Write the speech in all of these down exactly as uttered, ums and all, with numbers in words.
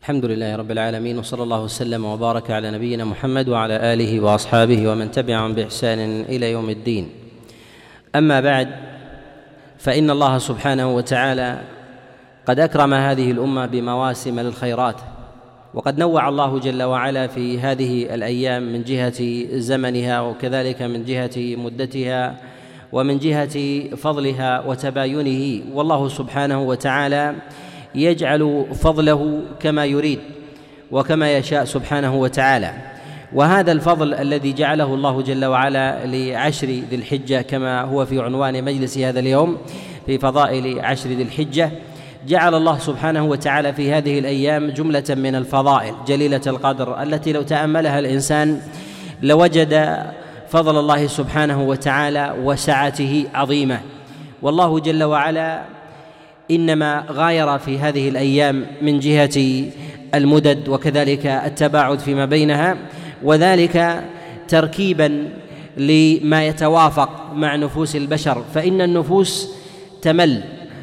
الحمد لله رب العالمين، وصلى الله وسلم وبارك على نبينا محمد وعلى آله وأصحابه ومن تبعهم بإحسان إلى يوم الدين. أما بعد، فإن الله سبحانه وتعالى قد أكرم هذه الأمة بمواسم للخيرات، وقد نوع الله جل وعلا في هذه الأيام من جهة زمنها، وكذلك من جهة مدتها، ومن جهة فضلها وتباينه. والله سبحانه وتعالى يجعل فضله كما يريد وكما يشاء سبحانه وتعالى. وهذا الفضل الذي جعله الله جل وعلا لعشر ذي الحجة، كما هو في عنوان مجلس هذا اليوم في فضائل عشر ذي الحجة، جعل الله سبحانه وتعالى في هذه الأيام جملة من الفضائل جليلة القدر، التي لو تأملها الإنسان لوجد فضل الله سبحانه وتعالى وسعته عظيمة. والله جل وعلا إنما غاير في هذه الأيام من جهة المدد وكذلك التباعد فيما بينها، وذلك تركيبا لما يتوافق مع نفوس البشر، فإن النفوس تمل،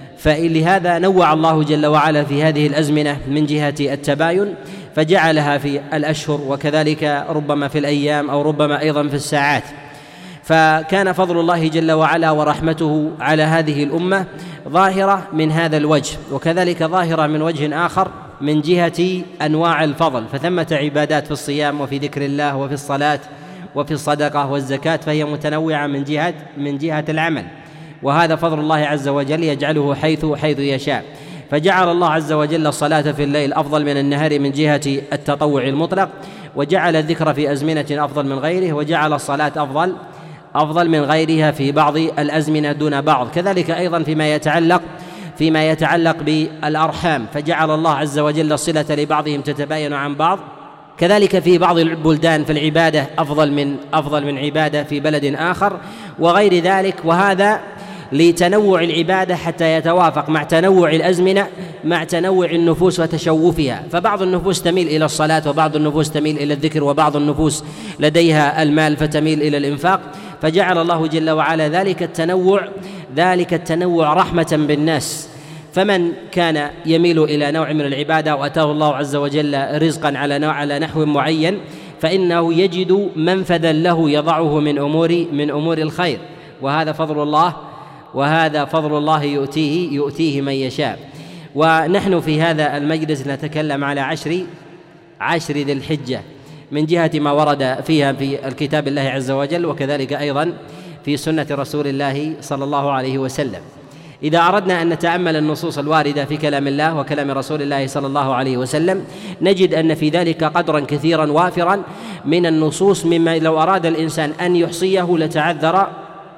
فلهذا نوع الله جل وعلا في هذه الأزمنة من جهة التباين، فجعلها في الأشهر وكذلك ربما في الأيام أو ربما أيضا في الساعات. فكان فضل الله جل وعلا ورحمته على هذه الأمة ظاهرة من هذا الوجه، وكذلك ظاهرة من وجه آخر من جهة أنواع الفضل، فثمة عبادات في الصيام وفي ذكر الله وفي الصلاة وفي الصدقة والزكاة، فهي متنوعة من جهة من جهة العمل، وهذا فضل الله عز وجل يجعله حيث حيث يشاء. فجعل الله عز وجل الصلاة في الليل أفضل من النهار من جهة التطوع المطلق، وجعل الذكر في أزمنة أفضل من غيره، وجعل الصلاة أفضل أفضل من غيرها في بعض الأزمنة دون بعض. كذلك أيضا فيما يتعلق فيما يتعلق بالأرحام، فجعل الله عز وجل الصلة لبعضهم تتباين عن بعض. كذلك في بعض البلدان في العبادة أفضل من أفضل من عبادة في بلد آخر وغير ذلك، وهذا لتنوع العبادة حتى يتوافق مع تنوع الأزمنة مع تنوع النفوس وتشوفها. فبعض النفوس تميل إلى الصلاة، وبعض النفوس تميل إلى الذكر، وبعض النفوس لديها المال فتميل إلى الإنفاق. فجعل الله جل وعلا ذلك التنوع ذلك التنوع رحمة بالناس، فمن كان يميل إلى نوع من العبادة وأتاه الله عز وجل رزقا على نوع على نحو معين، فإنه يجد منفذا له يضعه من أمور من أمور الخير، وهذا فضل الله وهذا فضل الله يؤتيه يؤتيه من يشاء. ونحن في هذا المجلس نتكلم على عشر عشر ذي الحجة من جهة ما ورد فيها في الكتاب الله عز وجل، وكذلك أيضا في سنة رسول الله صلى الله عليه وسلم. إذا أردنا أن نتأمل النصوص الواردة في كلام الله وكلام رسول الله صلى الله عليه وسلم، نجد أن في ذلك قدرا كثيرا وافرا من النصوص، مما لو أراد الإنسان أن يحصيه لتعذر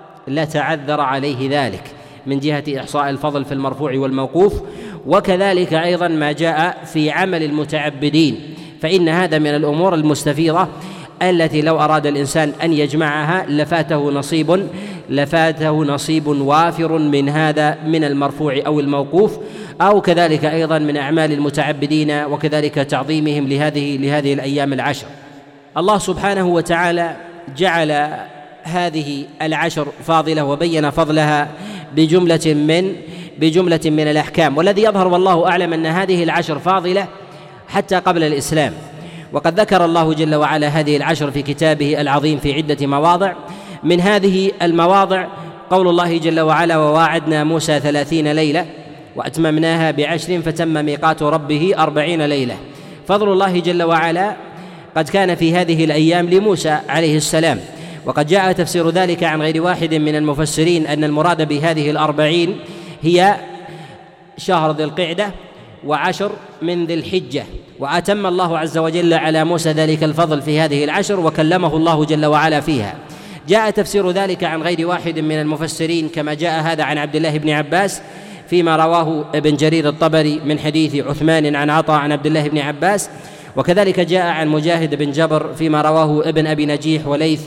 لتعذر عليه ذلك، من جهة إحصاء الفضل في المرفوع والموقوف، وكذلك أيضا ما جاء في عمل المتعبدين، فإن هذا من الأمور المستفيضة التي لو أراد الإنسان أن يجمعها لفاته نصيب لفاته نصيب وافر من هذا من المرفوع أو الموقوف، أو كذلك أيضا من أعمال المتعبدين وكذلك تعظيمهم لهذه لهذه الأيام العشر. الله سبحانه وتعالى جعل هذه العشر فاضلة وبين فضلها بجملة من بجملة من الأحكام، والذي يظهر والله أعلم أن هذه العشر فاضلة حتى قبل الإسلام. وقد ذكر الله جل وعلا هذه العشر في كتابه العظيم في عدة مواضع. من هذه المواضع قول الله جل وعلا: وواعدنا موسى ثلاثين ليلة وأتممناها بعشر فتم ميقات ربه أربعين ليلة. فضل الله جل وعلا قد كان في هذه الأيام لموسى عليه السلام، وقد جاء تفسير ذلك عن غير واحد من المفسرين أن المراد بهذه الأربعين هي شهر ذي القعدة وعشر من ذي الحجة، وأتم الله عز وجل على موسى ذلك الفضل في هذه العشر وكلمه الله جل وعلا فيها. جاء تفسير ذلك عن غير واحد من المفسرين كما جاء هذا عن عبد الله بن عباس فيما رواه ابن جرير الطبري من حديث عثمان عن عطاء عن عبد الله بن عباس، وكذلك جاء عن مجاهد بن جبر فيما رواه ابن أبي نجيح وليث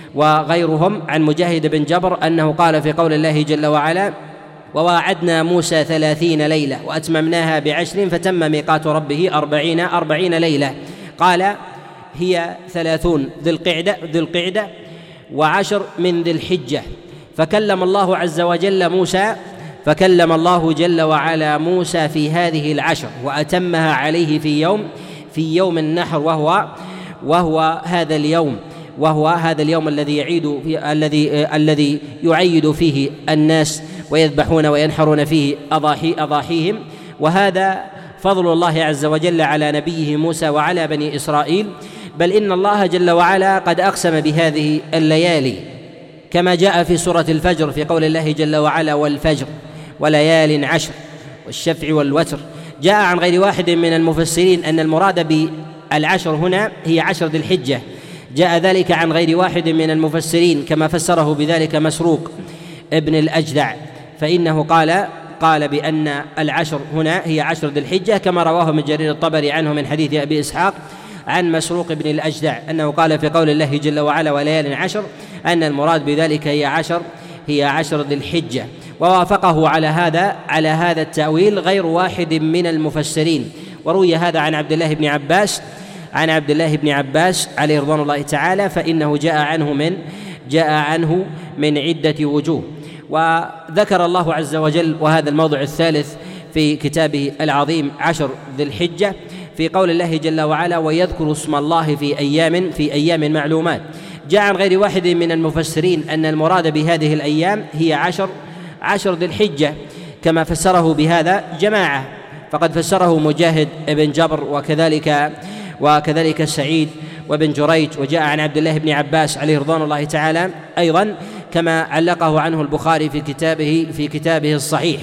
وغيرهم عن مجاهد بن جبر أنه قال في قول الله جل وعلا: وواعدنا موسى ثلاثين ليلة وأتممناها بعشر فتم ميقات ربه أربعين أربعين ليلة. قال هي ثلاثون ذي القعدة ذي القعدة وعشر من ذي الحجة. فكلم الله عز وجل موسى فكلم الله جل وعلا موسى في هذه العشر وأتمها عليه في يوم في يوم النحر، وهو وهو هذا اليوم وهو هذا اليوم الذي يعيد في الذي الذي يعيد فيه الناس ويذبحون وينحرون فيه أضاحي أضاحيهم. وهذا فضل الله عز وجل على نبيه موسى وعلى بني إسرائيل، بل إن الله جل وعلا قد أقسم بهذه الليالي كما جاء في سورة الفجر في قول الله جل وعلا: والفجر وليال عشر والشفع والوتر. جاء عن غير واحد من المفسرين أن المراد بالعشر هنا هي عشر ذي الحجة، جاء ذلك عن غير واحد من المفسرين كما فسره بذلك مسروق ابن الأجدع، فإنه قال قال بأن العشر هنا هي عشر ذي الحجة، كما رواه ابن جرير الطبري عنه من حديث أبي إسحاق عن مسروق بن الأجدع أنه قال في قول الله جل وعلا: وليال عشر، أن المراد بذلك هي عشر هي عشر ذي الحجة. ووافقه على هذا على هذا التأويل غير واحد من المفسرين. وروي هذا عن عبد الله بن عباس عن عبد الله بن عباس عليه رضوان الله تعالى، فإنه جاء عنه من جاء عنه من عدة وجوه. وذكر الله عز وجل، وهذا الموضع الثالث في كتابه العظيم، عشر ذي الحجة، في قول الله جل وعلا: ويذكر اسم الله في أيام في أيام معلومات. جاء عن غير واحد من المفسرين أن المراد بهذه الأيام هي عشر عشر ذي الحجة، كما فسره بهذا جماعة، فقد فسره مجاهد بن جبر وكذلك وكذلك سعيد وابن جريج. وجاء عن عبد الله بن عباس عليه رضوان الله تعالى أيضا، كما علقه عنه البخاري في كتابه في كتابه الصحيح.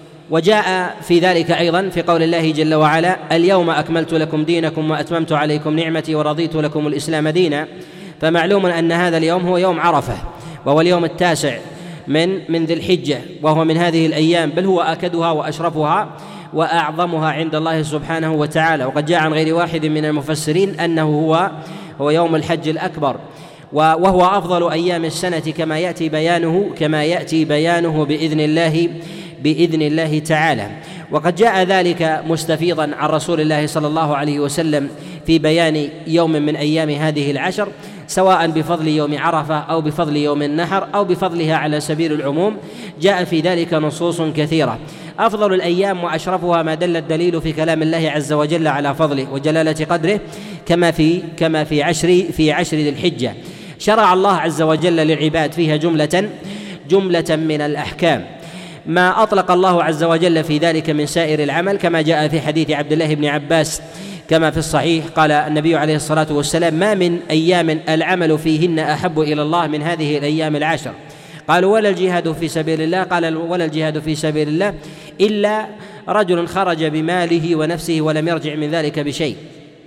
وجاء في ذلك أيضا في قول الله جل وعلا: اليوم أكملت لكم دينكم وأتممت عليكم نعمتي ورضيت لكم الإسلام دينا. فمعلوم أن هذا اليوم هو يوم عرفة، وهو اليوم التاسع من من ذي الحجة، وهو من هذه الأيام، بل هو أكدها وأشرفها وأعظمها عند الله سبحانه وتعالى. وقد جاء عن غير واحد من المفسرين أنه هو هو يوم الحج الأكبر، وهو أفضل أيام السنة كما يأتي بيانه كما يأتي بيانه بإذن الله بإذن الله تعالى. وقد جاء ذلك مستفيضا عن رسول الله صلى الله عليه وسلم في بيان يوم من أيام هذه العشر، سواء بفضل يوم عرفة أو بفضل يوم النحر أو بفضلها على سبيل العموم. جاء في ذلك نصوص كثيرة. أفضل الأيام وأشرفها ما دل الدليل في كلام الله عز وجل على فضله وجلالة قدره، كما في كما في عشر في عشر ذي الحجة. شرع الله عز وجل للعباد فيها جملة جملة من الأحكام ما أطلق الله عز وجل في ذلك من سائر العمل، كما جاء في حديث عبد الله بن عباس كما في الصحيح، قال النبي عليه الصلاة والسلام: ما من أيام العمل فيهن أحب إلى الله من هذه الأيام العشر. قالوا: ولا الجهاد في سبيل الله؟ قال: ولا الجهاد في سبيل الله إلا رجل خرج بماله ونفسه ولم يرجع من ذلك بشيء.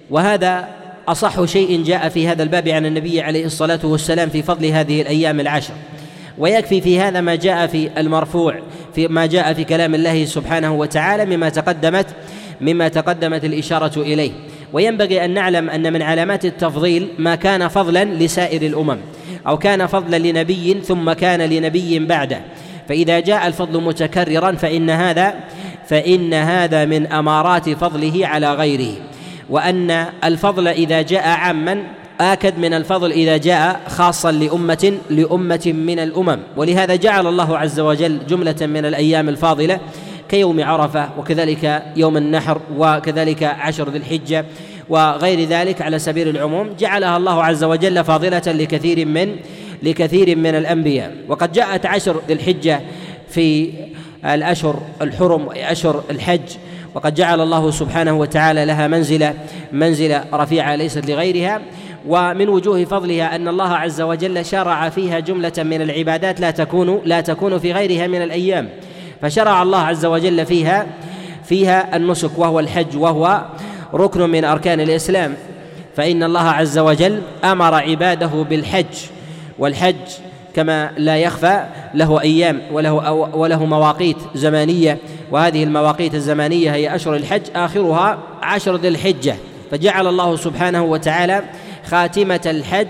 وهذا أصح شيء جاء في هذا الباب عن النبي عليه الصلاة والسلام في فضل هذه الأيام العشر. ويكفي في هذا ما جاء في المرفوع في ما جاء في كلام الله سبحانه وتعالى مما تقدمت مما تقدمت الإشارة إليه. وينبغي أن نعلم أن من علامات التفضيل ما كان فضلا لسائر الأمم، أو كان فضلا لنبي ثم كان لنبي بعده. فإذا جاء الفضل متكررا فإن هذا فإن هذا من أمارات فضله على غيره، وأن الفضل إذا جاء عاما آكد من الفضل إذا جاء خاصا لأمة لأمة من الأمم. ولهذا جعل الله عز وجل جملة من الأيام الفاضلة كيوم عرفة، وكذلك يوم النحر، وكذلك عشر ذي الحجة، وغير ذلك على سبيل العموم، جعلها الله عز وجل فاضلة لكثير من لكثير من الأنبياء. وقد جاءت عشر ذي الحجة في الأشهر الحرم وأشهر الحج، وقد جعل الله سبحانه وتعالى لها منزلة منزلة رفيعة ليست لغيرها. ومن وجوه فضلها أن الله عز وجل شرع فيها جملة من العبادات لا تكون لا تكون في غيرها من الأيام. فشرع الله عز وجل فيها فيها النسك، وهو الحج، وهو ركن من أركان الإسلام. فإن الله عز وجل أمر عباده بالحج، والحج كما لا يخفى له أيام وله وله مواقيت زمانية، وهذه المواقيت الزمانية هي أشهر الحج، آخرها عشر ذي الحجة. فجعل الله سبحانه وتعالى خاتمة الحج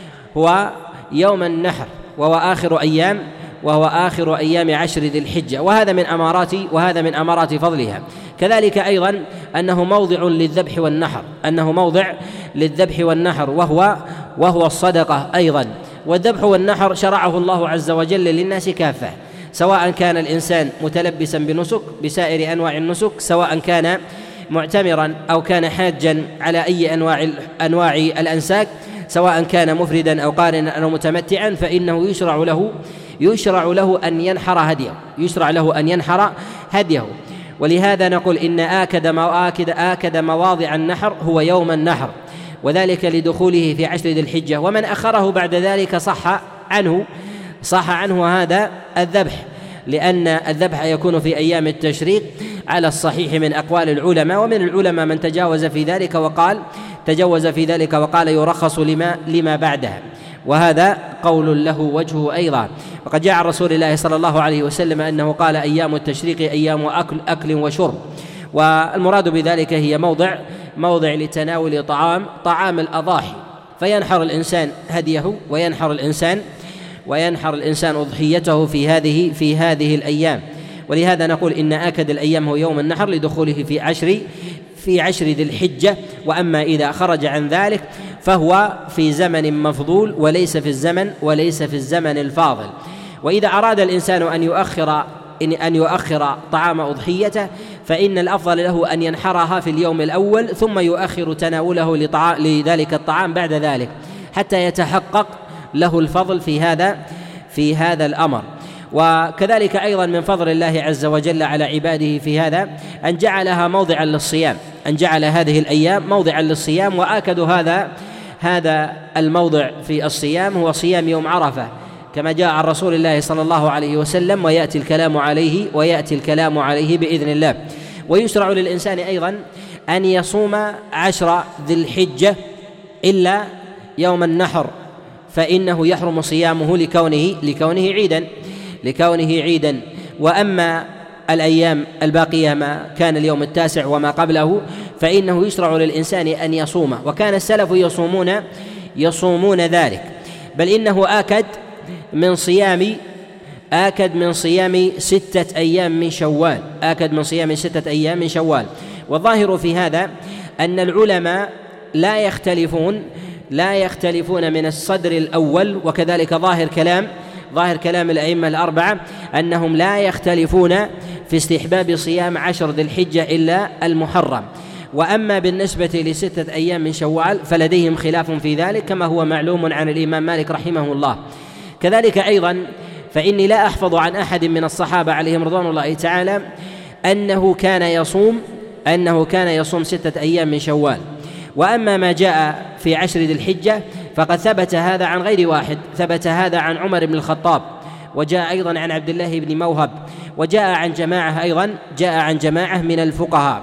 هو يوم النحر، وهو آخر أيام وهو آخر أيام عشر ذي الحجة، وهذا من أمارات وهذا من أمارات فضلها. كذلك أيضا أنه موضع للذبح والنحر أنه موضع للذبح والنحر وهو وهو الصدقة أيضا. والذبح والنحر شرعه الله عز وجل للناس كافة، سواء كان الإنسان متلبسا بنسك بسائر أنواع النسك، سواء كان معتمرا أو كان حاجا على أي أنواع أنواع الأنساك، سواء كان مفردا أو قارنا أو متمتعا، فإنه يشرع له يشرع له أن ينحر هديه يشرع له أن ينحر هديه ولهذا نقول إن آكد آكد آكد مواضع النحر هو يوم النحر، وذلك لدخوله في عشر ذي الحجة، ومن أخره بعد ذلك صح عنه صح عنه هذا الذبح، لأن الذبح يكون في أيام التشريق على الصحيح من أقوال العلماء، ومن العلماء من تجاوز في ذلك وقال تجوز في ذلك وقال يرخص لما لما بعدها، وهذا قول له وجهه أيضا. وقد جاء عن رسول الله صلى الله عليه وسلم أنه قال أيام التشريق أيام أكل أكل وشرب، والمراد بذلك هي موضع موضع لتناول طعام طعام الأضاحي، فينحر الإنسان هديه وينحر الإنسان وينحر الإنسان أضحيته في هذه في هذه الأيام. ولهذا نقول إن آكد الأيام هو يوم النحر لدخوله في عشر في عشر ذي الحجة، وأما إذا خرج عن ذلك فهو في زمن مفضول وليس في الزمن وليس في الزمن الفاضل. وإذا أراد الإنسان أن يؤخر أن يؤخر طعام أضحيته فإن الأفضل له أن ينحرها في اليوم الأول ثم يؤخر تناوله لذلك الطعام بعد ذلك حتى يتحقق له الفضل في هذا في هذا الأمر. وكذلك أيضا من فضل الله عز وجل على عباده في هذا أن جعلها موضعا للصيام أن جعل هذه الأيام موضعا للصيام، وآكد هذا هذا الموضع في الصيام هو صيام يوم عرفة كما جاء عن رسول الله صلى الله عليه وسلم، ويأتي الكلام عليه ويأتي الكلام عليه بإذن الله. ويشرع للإنسان أيضا أن يصوم عشر ذي الحجة إلا يوم النحر، فإنه يحرم صيامه لكونه لكونه عيدا لكونه عيدا وأما الأيام الباقية ما كان اليوم التاسع وما قبله فإنه يشرع للإنسان أن يصوم، وكان السلف يصومون يصومون ذلك، بل إنه آكد من صيام آكد من صيام ستة أيام من شوال آكد من صيام ستة أيام من شوال. والظاهر في هذا أن العلماء لا يختلفون لا يختلفون من الصدر الأول، وكذلك ظاهر كلام ظاهر كلام الأئمة الأربعة أنهم لا يختلفون في استحباب صيام عشر ذي الحجة إلا المحرم. وأما بالنسبة لستة أيام من شوال فلديهم خلاف في ذلك كما هو معلوم عن الإمام مالك رحمه الله. كذلك أيضا فإني لا أحفظ عن أحد من الصحابة عليهم رضوان الله تعالى أنه كان يصوم أنه كان يصوم ستة أيام من شوال. وأما ما جاء في عشر ذي الحجة فقد ثبت هذا عن غير واحد، ثبت هذا عن عمر بن الخطاب، وجاء أيضا عن عبد الله بن موهب، وجاء عن جماعة أيضا جاء عن جماعة من الفقهاء.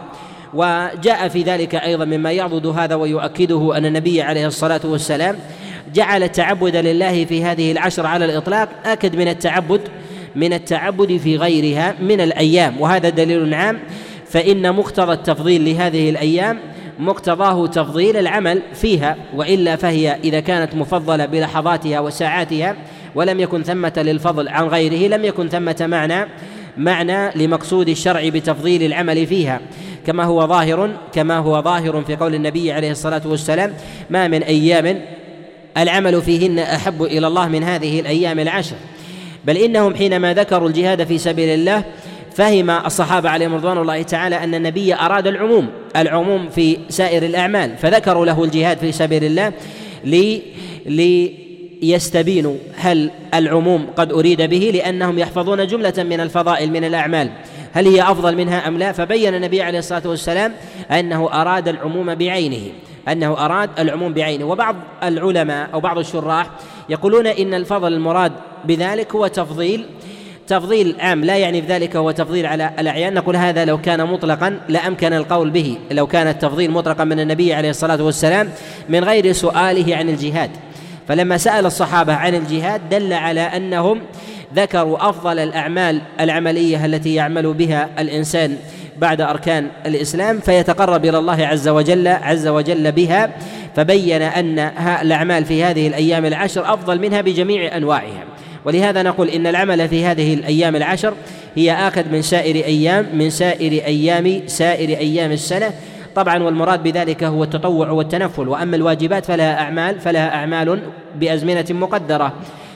وجاء في ذلك أيضا مما يعضد هذا ويؤكده أن النبي عليه الصلاة والسلام جعل التعبد لله في هذه العشر على الإطلاق أكد من التعبد من التعبد في غيرها من الأيام، وهذا دليل عام، فإن مقتضى التفضيل لهذه الأيام مقتضاه تفضيل العمل فيها، وإلا فهي إذا كانت مفضلة بلحظاتها وساعاتها ولم يكن ثمة للفضل عن غيره لم يكن ثمة معنى معنى لمقصود الشرع بتفضيل العمل فيها، كما هو ظاهر كما هو ظاهر في قول النبي عليه الصلاة والسلام: ما من أيام العمل فيهن أحب إلى الله من هذه الأيام العشر. بل إنهم حينما ذكروا الجهاد في سبيل الله فهم الصحابة عليهم رضوان الله تعالى أن النبي أراد العموم العموم في سائر الأعمال، فذكروا له الجهاد في سبيل الله لي ليستبينوا هل العموم قد أريد به، لأنهم يحفظون جملة من الفضائل من الأعمال هل هي أفضل منها أم لا، فبين النبي عليه الصلاة والسلام أنه أراد العموم بعينه أنه أراد العموم بعينه. وبعض العلماء أو بعض الشراح يقولون إن الفضل المراد بذلك هو تفضيل تفضيل عام، لا يعني بذلك هو تفضيل على الأعيان. نقول هذا لو كان مطلقا لأمكن القول به، لو كان التفضيل مطلقا من النبي عليه الصلاة والسلام من غير سؤاله عن الجهاد، فلما سأل الصحابة عن الجهاد دل على أنهم ذكروا أفضل الأعمال العملية التي يعمل بها الإنسان بعد أركان الإسلام فيتقرب إلى الله عز وجل عز وجل بها، فبين أن الأعمال في هذه الأيام العشر أفضل منها بجميع أنواعها. ولهذا نقول إن العمل في هذه الأيام العشر هي آكد من سائر أيام من سائر أيام سائر أيام السنة طبعا، والمراد بذلك هو التطوع والتنفل. وأما الواجبات فلها أعمال فلها أعمال بأزمنة مقدرة،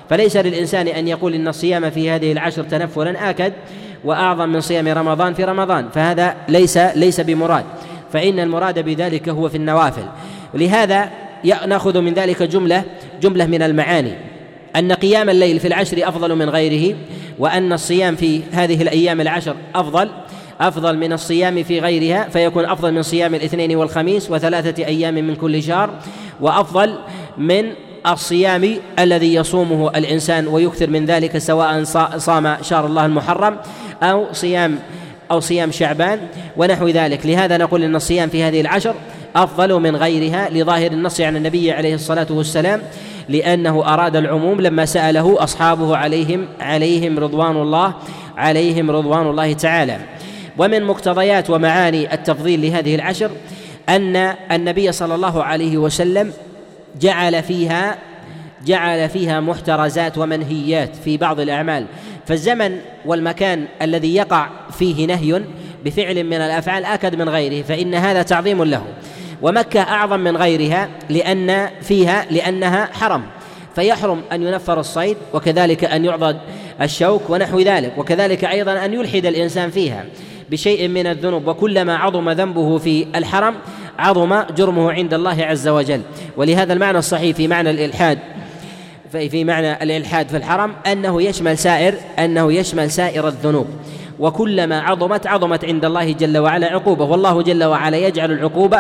فليس للإنسان أن يقول إن الصيام في هذه العشر تنفلا آكد وأعظم من صيام رمضان في رمضان، فهذا ليس ليس بمراد، فإن المراد بذلك هو في النوافل. ولهذا نأخذ من ذلك جملة جملة من المعاني، أن قيام الليل في العشر أفضل من غيره، وأن الصيام في هذه الأيام العشر أفضل أفضل من الصيام في غيرها، فيكون أفضل من صيام الاثنين والخميس وثلاثة أيام من كل شهر، وأفضل من الصيام الذي يصومه الإنسان ويكثر من ذلك سواء صام شهر الله المحرم أو صيام أو صيام شعبان ونحو ذلك. لهذا نقول إن الصيام في هذه العشر أفضل من غيرها لظاهر النص عن النبي عليه الصلاة والسلام، لأنه أراد العموم لما سأله أصحابه عليهم عليهم رضوان الله عليهم رضوان الله تعالى. ومن مقتضيات ومعاني التفضيل لهذه العشر أن النبي صلى الله عليه وسلم جعل فيها جعل فيها محترزات ومنهيات في بعض الأعمال، فالزمن والمكان الذي يقع فيه نهي بفعل من الأفعال آكد من غيره، فإن هذا تعظيم له. ومكة أعظم من غيرها لأن فيها لأنها حرم، فيحرم أن ينفر الصيد، وكذلك أن يعضد الشوك ونحو ذلك، وكذلك أيضا أن يلحد الإنسان فيها بشيء من الذنوب، وكلما عظم ذنبه في الحرم عظم جرمه عند الله عز وجل. ولهذا المعنى الصحيح في معنى الإلحاد في معنى الإلحاد في الحرم أنه يشمل سائر أنه يشمل سائر الذنوب، وكلما عظمت عظمت عند الله جل وعلا عقوبة، والله جل وعلا يجعل العقوبة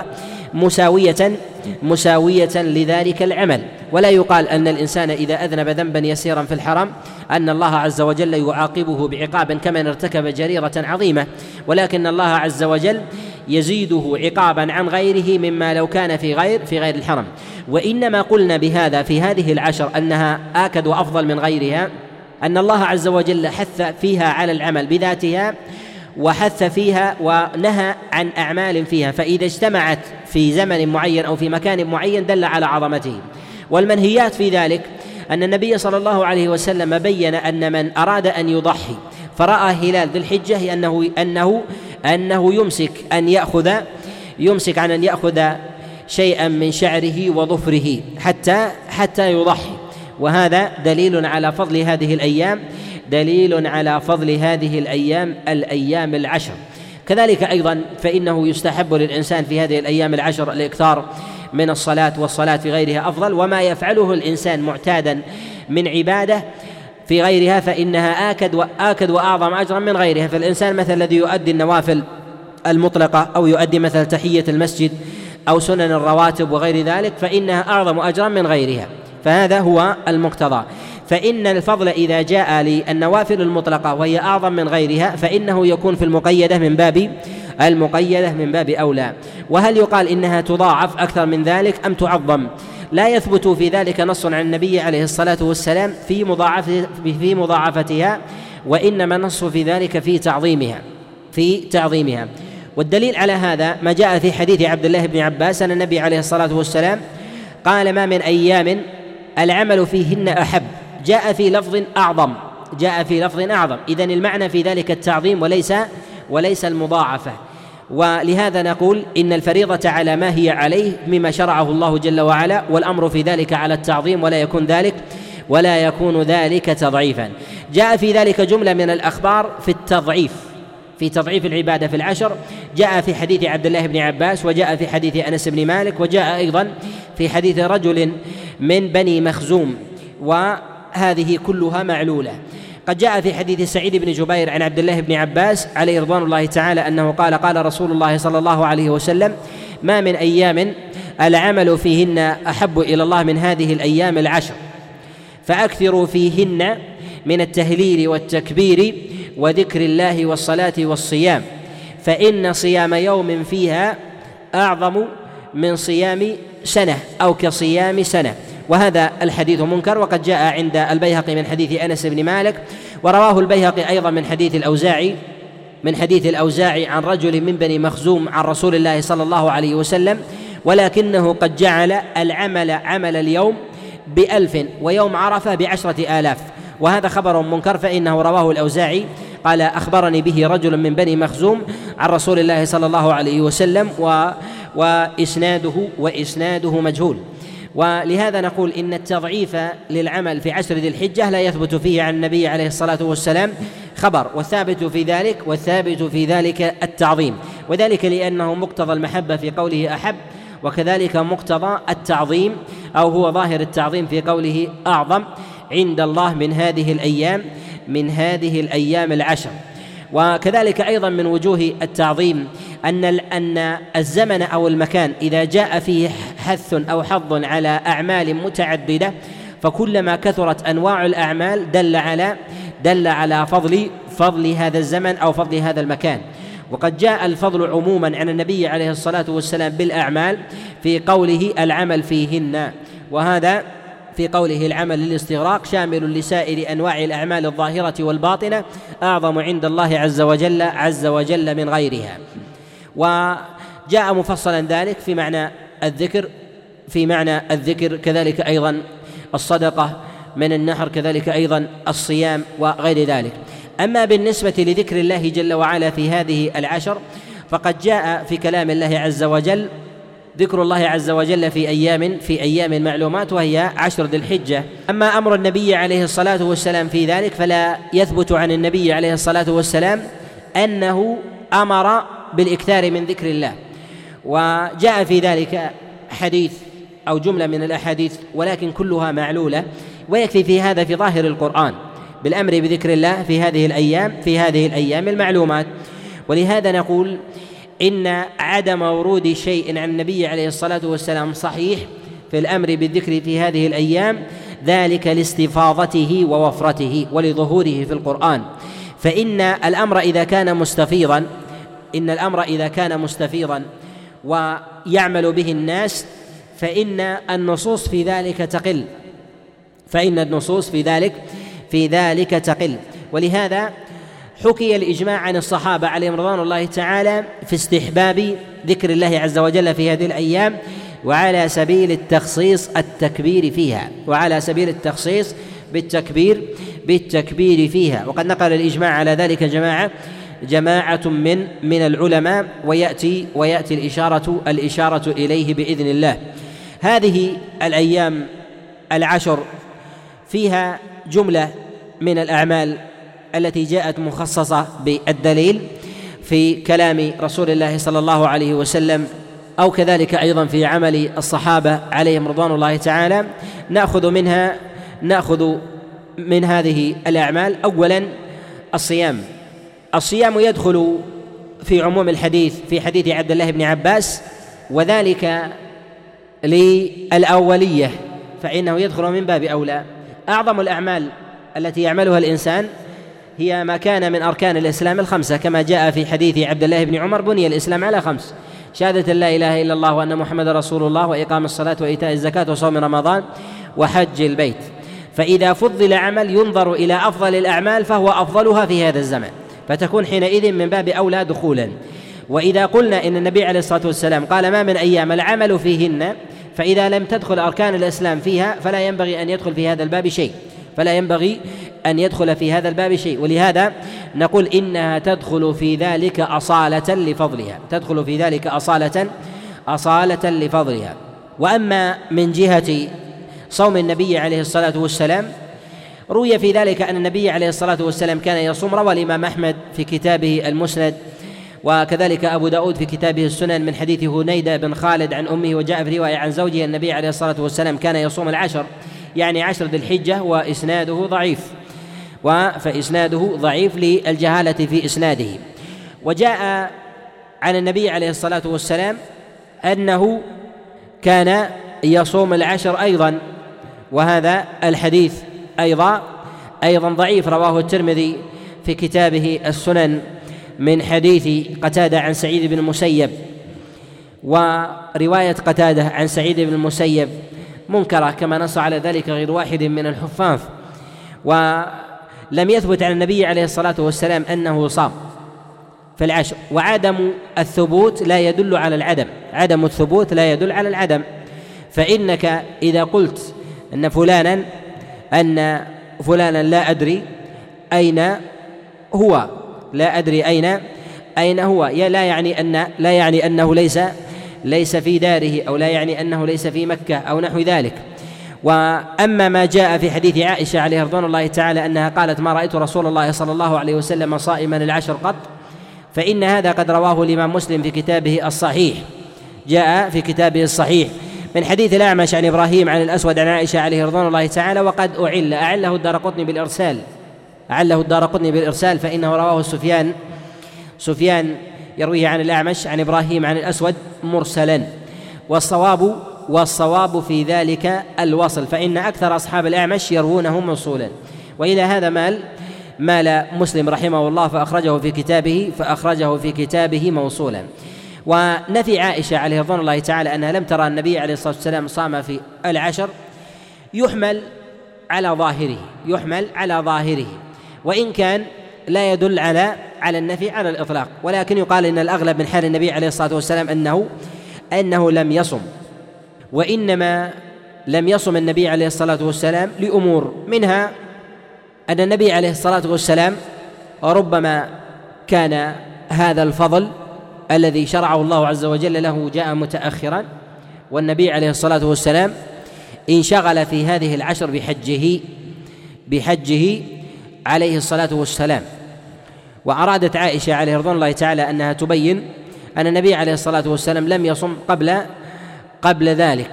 مساوية مساوية لذلك العمل. ولا يقال أن الإنسان إذا أذنب ذنبا يسيرا في الحرم أن الله عز وجل يعاقبه بعقاب كمن ارتكب جريرة عظيمة، ولكن الله عز وجل يزيده عقابا عن غيره مما لو كان في غير في غير الحرم. وإنما قلنا بهذا في هذه العشر أنها آكد وأفضل من غيرها أن الله عز وجل حث فيها على العمل بذاتها، وحث فيها ونهى عن أعمال فيها، فإذا اجتمعت في زمن معين أو في مكان معين دل على عظمته. والمنهيات في ذلك أن النبي صلى الله عليه وسلم بين أن من أراد أن يضحي فرأى هلال ذي الحجة أنه أنه أنه يمسك أن يأخذ يمسك عن أن يأخذ شيئا من شعره وظفره حتى حتى يضحي، وهذا دليل على فضل هذه الأيام دليل على فضل هذه الأيام الأيام العشر. كذلك أيضا فإنه يستحب للإنسان في هذه الأيام العشر الإكثار من الصلاة، والصلاة في غيرها أفضل، وما يفعله الإنسان معتادا من عبادة في غيرها فإنها آكد وآكد وأعظم أجرا من غيرها. فالإنسان مثل الذي يؤدي النوافل المطلقة أو يؤدي مثل تحية المسجد أو سنن الرواتب وغير ذلك فإنها أعظم أجرا من غيرها، فهذا هو المقتضى. فإن الفضل إذا جاء للنوافل المطلقة وهي أعظم من غيرها فإنه يكون في المقيدة من باب المقيدة من باب أولى. وهل يقال إنها تضاعف أكثر من ذلك أم تعظم؟ لا يثبت في ذلك نص عن النبي عليه الصلاة والسلام في مضاعفة في مضاعفتها، وإنما نص في ذلك في تعظيمها في تعظيمها. والدليل على هذا ما جاء في حديث عبد الله بن عباس أن النبي عليه الصلاة والسلام قال: ما من أيام العمل فيهن أحب، جاء في لفظ أعظم جاء في لفظ أعظم إذن المعنى في ذلك التعظيم وليس وليس المضاعفة. ولهذا نقول إن الفريضة على ما هي عليه مما شرعه الله جل وعلا، والأمر في ذلك على التعظيم ولا يكون ذلك ولا يكون ذلك تضعيفا. جاء في ذلك جملة من الأخبار في التضعيف في تضعيف العبادة في العشر، جاء في حديث عبد الله بن عباس، وجاء في حديث أنس بن مالك، وجاء أيضا في حديث رجل من بني مخزوم، وهذه كلها معلولة. قد جاء في حديث سعيد بن جبير عن عبد الله بن عباس عليه رضوان الله تعالى أنه قال: قال رسول الله صلى الله عليه وسلم: ما من أيام العمل فيهن أحب إلى الله من هذه الأيام العشر، فأكثروا فيهن من التهليل والتكبير وذكر الله والصلاة والصيام، فإن صيام يوم فيها أعظم من صيام سنة أو كصيام سنة. وهذا الحديث منكر، وقد جاء عند البيهقي من حديث أنس بن مالك، ورواه البيهقي أيضا من حديث الأوزاعي من حديث الأوزاعي عن رجل من بني مخزوم عن رسول الله صلى الله عليه وسلم، ولكنه قد جعل العمل عمل اليوم بألف ويوم عرفة بعشرة آلاف، وهذا خبر منكر، فإنه رواه الأوزاعي قال: أخبرني به رجل من بني مخزوم عن رسول الله صلى الله عليه وسلم، و وإسناده وإسناده مجهول. ولهذا نقول إن التضعيف للعمل في عشر ذي الحجة لا يثبت فيه عن النبي عليه الصلاة والسلام خبر، والثابت في ذلك والثابت في ذلك التعظيم، وذلك لأنه مقتضى المحبة في قوله أحب، وكذلك مقتضى التعظيم أو هو ظاهر التعظيم في قوله أعظم عند الله من هذه الأيام من هذه الأيام العشر. وكذلك أيضا من وجوه التعظيم أن أن الزمن أو المكان إذا جاء فيه حث أو حظ على أعمال متعددة فكلما كثرت أنواع الأعمال دل على دل على فضل فضل هذا الزمن أو فضل هذا المكان. وقد جاء الفضل عموما عن النبي عليه الصلاة والسلام بالأعمال في قوله العمل فيهن، وهذا في قوله العمل للاستغراق شامل لسائر أنواع الأعمال الظاهرة والباطنة أعظم عند الله عز وجل عز وجل من غيرها. وجاء مفصلا ذلك في معنى الذكر في معنى الذكر كذلك أيضا الصدقة من النحر، كذلك أيضا الصيام وغير ذلك. أما بالنسبة لذكر الله جل وعلا في هذه العشر فقد جاء في كلام الله عز وجل ذكر الله عز وجل في أيام في أيام معلومات وهي عشر ذي الحجة. أما أمر النبي عليه الصلاة والسلام في ذلك فلا يثبت عن النبي عليه الصلاة والسلام أنه أمر بالإكثار من ذكر الله، وجاء في ذلك حديث أو جملة من الأحاديث ولكن كلها معلولة، ويكفي في هذا في ظاهر القرآن بالأمر بذكر الله في هذه الأيام في هذه الأيام المعلومات. ولهذا نقول إن عدم ورود شيء عن النبي عليه الصلاة والسلام صحيح في الأمر بالذكر في هذه الأيام ذلك لاستفاضته ووفرته ولظهوره في القرآن. فإن الأمر إذا كان مستفيضا إن الأمر إذا كان مستفيضا ويعمل به الناس فإن النصوص في ذلك تقل فإن النصوص في ذلك في ذلك تقل. ولهذا حكي الإجماع عن الصحابة عليهم رضوان الله تعالى في استحباب ذكر الله عز وجل في هذه الأيام وعلى سبيل التخصيص التكبير فيها وعلى سبيل التخصيص بالتكبير بالتكبير فيها. وقد نقل الإجماع على ذلك جماعة جماعة من من العلماء ويأتي ويأتي الإشارة الإشارة إليه بإذن الله. هذه الأيام العشر فيها جملة من الأعمال التي جاءت مخصصة بالدليل في كلام رسول الله صلى الله عليه وسلم أو كذلك أيضا في عمل الصحابة عليهم رضوان الله تعالى. نأخذ منها نأخذ من هذه الأعمال أولا الصيام. الصيام يدخل في عموم الحديث في حديث عبد الله بن عباس وذلك للأولية فإنه يدخل من باب أولى. أعظم الأعمال التي يعملها الإنسان هي ما كان من أركان الإسلام الخمسة كما جاء في حديث عبد الله بن عمر بني الإسلام على خمس: شهادة لا إله إلا الله وأن محمد رسول الله وإقام الصلاة وإيتاء الزكاة وصوم رمضان وحج البيت. فإذا فضل عمل ينظر إلى أفضل الأعمال فهو أفضلها في هذا الزمن فتكون حينئذ من باب أولى دخولا. وإذا قلنا إن النبي عليه الصلاة والسلام قال ما من أيام العمل فيهن فإذا لم تدخل أركان الإسلام فيها فلا ينبغي أن يدخل في هذا الباب شيء فلا ينبغي أن يدخل في هذا الباب شيء. ولهذا نقول إنها تدخل في ذلك أصالة لفضلها تدخل في ذلك أصالة أصالة لفضلها. وأما من جهة صوم النبي عليه الصلاة والسلام روي في ذلك أن النبي عليه الصلاة والسلام كان يصوم. روى الإمام أحمد في كتابه المسند وكذلك أبو داود في كتابه السنن من حديث هنيدة بن خالد عن أمه وجاء في رواية عن زوجه النبي عليه الصلاة والسلام كان يصوم العشر يعني عشر ذي الحجة وإسناده ضعيف فإسناده ضعيف للجهالة في إسناده. وجاء عن النبي عليه الصلاة والسلام أنه كان يصوم العشر أيضا وهذا الحديث أيضا أيضا ضعيف. رواه الترمذي في كتابه السنن من حديث قتادة عن سعيد بن المسيب ورواية قتادة عن سعيد بن المسيب منكرة كما نص على ذلك غير واحد من الحفاظ. ولم يثبت عن النبي عليه الصلاة والسلام أنه صام في العشر. وعدم الثبوت لا يدل على العدم عدم الثبوت لا يدل على العدم. فإنك إذا قلت أن فلانا أن فلانا لا أدري أين هو لا أدري أين أين هو لا يعني أن لا يعني أنه ليس ليس في داره، أو لا يعني أنه ليس في مكة أو نحو ذلك. وأما ما جاء في حديث عائشة عليه رضوان الله تعالى أنها قالت: ما رأيت رسول الله صلى الله عليه وسلم صائما العشر قط، فإن هذا قد رواه الإمام مسلم في كتابه الصحيح، جاء في كتابه الصحيح من حديث الأعمش عن إبراهيم عن الأسود عن عائشة عليه رضوان الله تعالى، وقد أعل أعله الدارقطني بالإرسال أعله الدارقطني بالإرسال فإنه رواه سفيان سفيان يرويه عن الأعمش عن إبراهيم عن الأسود مرسلا، والصواب والصواب في ذلك الوصل، فإن أكثر أصحاب الأعمش يروونه موصولا. وإلى هذا مال مال مسلم رحمه الله فأخرجه في كتابه فأخرجه في كتابه موصولا. ونفي عائشة عليه رضوان الله تعالى أنها لم ترى النبي عليه الصلاة والسلام صام في العشر يحمل على ظاهره يحمل على ظاهره وإن كان لا يدل على على النفي على الإطلاق، ولكن يقال إن الأغلب من حال النبي عليه الصلاة والسلام أنه أنه لم يصم، وإنما لم يصم النبي عليه الصلاة والسلام لأمور، منها أن النبي عليه الصلاة والسلام ربما كان هذا الفضل الذي شرعه الله عز وجل له جاء متأخرا، والنبي عليه الصلاة والسلام انشغل في هذه العشر بحجه بحجه عليه الصلاة والسلام. وأرادت عائشة عليه رضوان الله تعالى أنها تبين أن النبي عليه الصلاة والسلام لم يصم قبل قبل ذلك،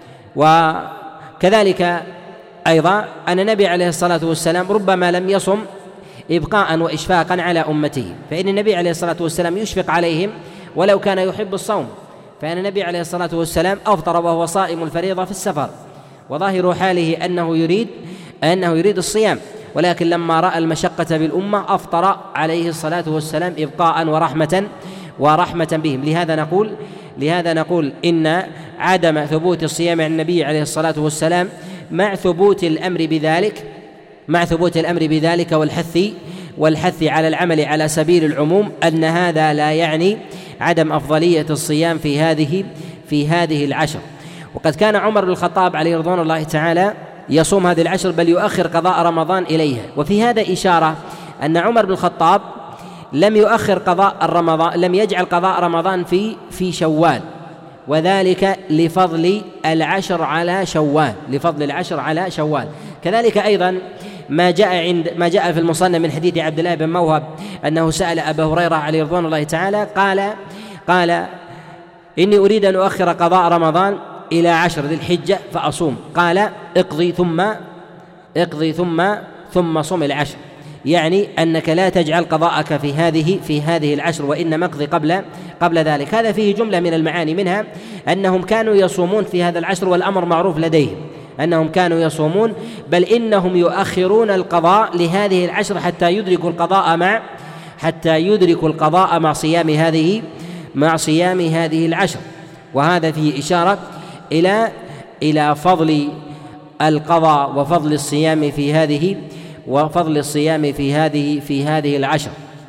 وكذلك أيضا أن النبي عليه الصلاة والسلام ربما لم يصم إبقاء وإشفاقا على أمته، فإن النبي عليه الصلاة والسلام يشفق عليهم ولو كان يحب الصوم، فإن النبي عليه الصلاة والسلام أفطر وهو صائم الفريضة في السفر، وظاهر حاله أنه يريد أنه يريد الصيام، ولكن لما رأى المشقة بالأمة أفطر عليه الصلاة والسلام إبقاء ورحمة ورحمة بهم. لهذا نقول لهذا نقول إن عدم ثبوت الصيام عن النبي عليه الصلاة والسلام مع ثبوت الأمر بذلك مع ثبوت الأمر بذلك والحث والحث على العمل على سبيل العموم، أن هذا لا يعني عدم أفضلية الصيام في هذه في هذه العشر. وقد كان عمر بن الخطاب عليه رضوان الله تعالى يصوم هذه العشر، بل يؤخر قضاء رمضان إليها. وفي هذا إشارة أن عمر بن الخطاب لم يؤخر قضاء الرمضان لم يجعل قضاء رمضان في في شوال، وذلك لفضل العشر على شوال لفضل العشر على شوال. كذلك أيضا ما جاء عند ما جاء في المصنف من حديث عبد الله بن موهب أنه سأل أبا هريرة عليه رضوان الله تعالى قال قال إني أريد أن أؤخر قضاء رمضان إلى عشر ذي الحجة فأصوم، قال اقضي ثم اقضي ثم ثم صم العشر، يعني أنك لا تجعل قضاءك في هذه في هذه العشر، وإنما اقضي قبل قبل ذلك. هذا فيه جملة من المعاني، منها أنهم كانوا يصومون في هذا العشر والأمر معروف لديهم أنهم كانوا يصومون، بل إنهم يؤخرون القضاء لهذه العشر حتى يدركوا القضاء مع حتى يدركوا القضاء مع صيام هذه مع صيام هذه العشر. وهذا فيه إشارة إلى إلى فضل القضاء وفضل الصيام في هذه وفضل الصيام في هذه في هذه العشر.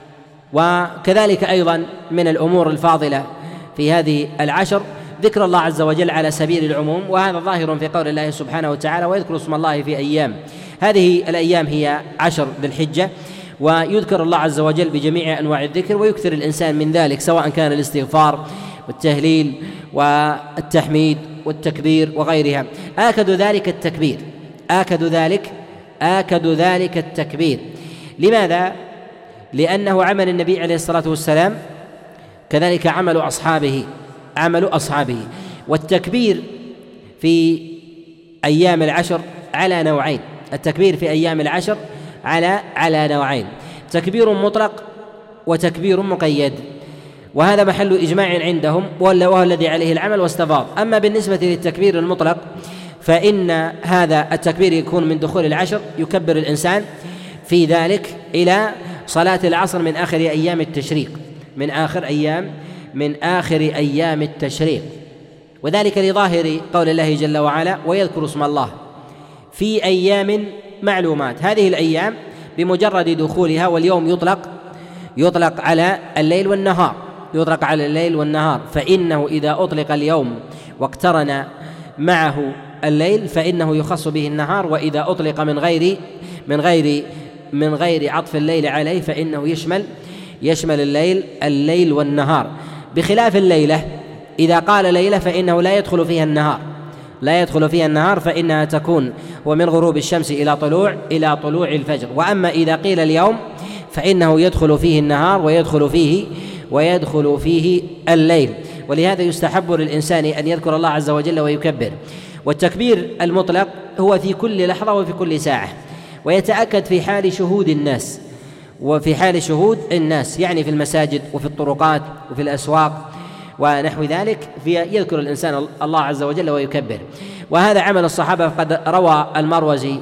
وكذلك أيضا من الأمور الفاضلة في هذه العشر ذكر الله عز وجل على سبيل العموم، وهذا ظاهر في قول الله سبحانه وتعالى: ويذكر اسم الله في أيام. هذه الأيام هي عشر ذي الحجة، ويذكر الله عز وجل بجميع أنواع الذكر، ويكثر الإنسان من ذلك، سواء كان الاستغفار والتهليل والتحميد والتكبير وغيرها. آكد ذلك التكبير آكد ذلك آكد ذلك التكبير. لماذا؟ لأنه عمل النبي عليه الصلاة والسلام، كذلك عمل أصحابه عمل أصحابه والتكبير في أيام العشر على نوعين التكبير في أيام العشر على على نوعين تكبير مطلق وتكبير مقيد، وهذا محل إجماع عندهم وهو الذي عليه العمل واستفاض. أما بالنسبة للتكبير المطلق فإن هذا التكبير يكون من دخول العشر، يكبر الإنسان في ذلك إلى صلاة العصر من آخر أيام التشريق من آخر أيام من آخر أيام التشريق وذلك لظاهر قول الله جل وعلا: ويذكر اسم الله في أيام معلومات. هذه الأيام بمجرد دخولها، واليوم يطلق يطلق على الليل والنهار يطلق على الليل والنهار فإنه إذا أطلق اليوم واقترن معه الليل فإنه يخص به النهار، وإذا أطلق من غير من غير من غير عطف الليل عليه فإنه يشمل يشمل الليل الليل والنهار، بخلاف الليلة إذا قال ليلة فإنه لا يدخل فيها النهار، لا يدخل فيها النهار، فإنها تكون ومن غروب الشمس إلى طلوع إلى طلوع الفجر. وأما إذا قيل اليوم فإنه يدخل فيه النهار ويدخل فيه ويدخل فيه الليل. ولهذا يستحب للإنسان أن يذكر الله عز وجل ويكبر. والتكبير المطلق هو في كل لحظة وفي كل ساعة، ويتأكد في حال شهود الناس، وفي حال شهود الناس يعني في المساجد وفي الطرقات وفي الأسواق ونحو ذلك، يذكر الإنسان الله عز وجل ويكبر. وهذا عمل الصحابة. قد روى المروزي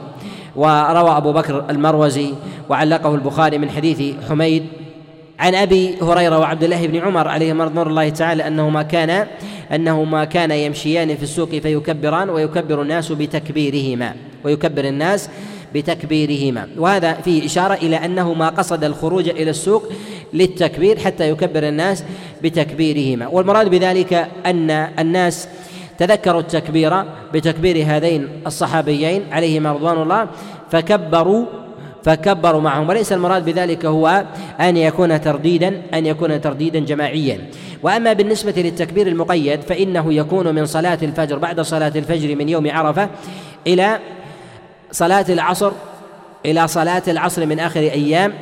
وروى أبو بكر المروزي وعلقه البخاري من حديث حميد عن أبي هريرة وعبد الله بن عمر عليهما رضوان الله تعالى أنهما كان أنهما كان يمشيان في السوق فيكبران ويكبر الناس بتكبيرهما ويكبر الناس بتكبيرهما. وهذا فيه إشارة إلى أنه ما قصد الخروج إلى السوق للتكبير حتى يكبر الناس بتكبيرهما. والمراد بذلك أن الناس تذكروا التكبير بتكبير هذين الصحابيين عليهما رضوان الله فكبروا فكبروا معهم، وليس المراد بذلك هو أن يكون ترديدا أن يكون ترديدا جماعيا. وأما بالنسبة للتكبير المقيد فإنه يكون من صلاة الفجر بعد صلاة الفجر من يوم عرفة إلى صلاة العصر إلى صلاة العصر من آخر أيام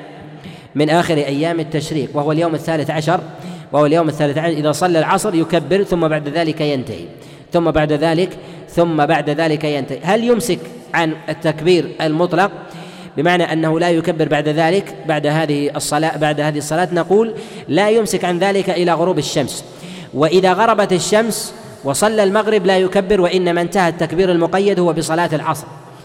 من آخر أيام التشريق، وهو اليوم الثالث عشر وهو اليوم الثالث عشر. إذا صلى العصر يكبر ثم بعد ذلك ينتهي ثم بعد ذلك ثم بعد ذلك ينتهي. هل يمسك عن التكبير المطلق بمعنى أنه لا يكبر بعد ذلك بعد هذه الصلاة بعد هذه الصلاة؟ نقول لا يمسك عن ذلك إلى غروب الشمس. وإذا غربت الشمس وصلى المغرب لا يكبر، وإنما انتهى التكبير المقيد هو بصلاة العصر،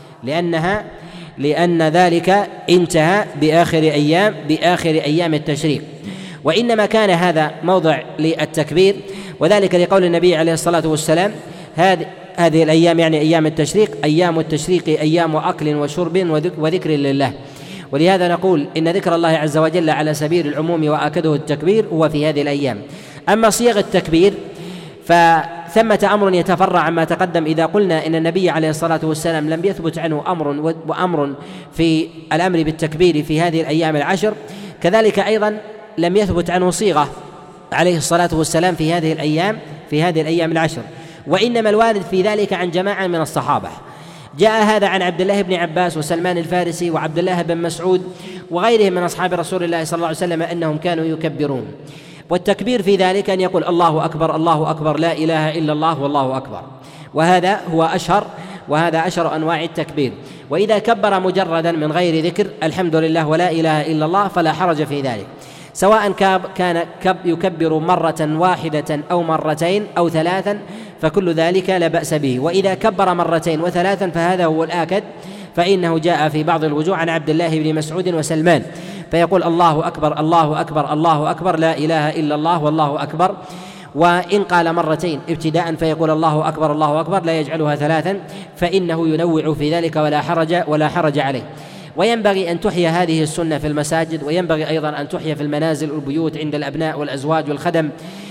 لأنها لأن ذلك انتهى بآخر أيام بآخر أيام التشريق. وإنما كان هذا موضع للتكبير، وذلك لقول النبي عليه الصلاة والسلام هذه هذه الأيام يعني أيام التشريق أيام التشريق أيام أكل وشرب وذكر لله. ولهذا نقول إن ذكر الله عز وجل على سبيل العموم وآكده التكبير هو في هذه الأيام. أما صيغ التكبير فثمة أمر يتفرع عما تقدم. إذا قلنا إن النبي عليه الصلاة والسلام لم يثبت عنه أمر وأمر في الأمر بالتكبير في هذه الأيام العشر، كذلك أيضا لم يثبت عنه صيغة عليه الصلاة والسلام في هذه الأيام في هذه الأيام العشر، وإنما الوارد في ذلك عن جماعة من الصحابة. جاء هذا عن عبد الله بن عباس وسلمان الفارسي وعبد الله بن مسعود وغيرهم من أصحاب رسول الله صلى الله عليه وسلم أنهم كانوا يكبرون. والتكبير في ذلك أن يقول الله أكبر الله أكبر لا إله إلا الله والله أكبر، وهذا هو أشهر وهذا أشهر أنواع التكبير. وإذا كبر مجردا من غير ذكر الحمد لله ولا إله إلا الله فلا حرج في ذلك، سواء كان يكبر مرة واحدة أو مرتين أو ثلاثا فكل ذلك لا بأس به. وإذا كبر مرتين وثلاثا فهذا هو الآكد، فإنه جاء في بعض الوجوه عن عبد الله بن مسعود وسلمان فيقول الله أكبر الله أكبر الله أكبر لا إله إلا الله والله أكبر. وإن قال مرتين ابتداء فيقول الله أكبر الله أكبر لا يجعلها ثلاثا، فإنه ينوع في ذلك ولا حرج ولا حرج عليه. وينبغي أن تحيى هذه السنة في المساجد، وينبغي أيضا أن تحيى في المنازل والبيوت عند الأبناء والأزواج والخدم،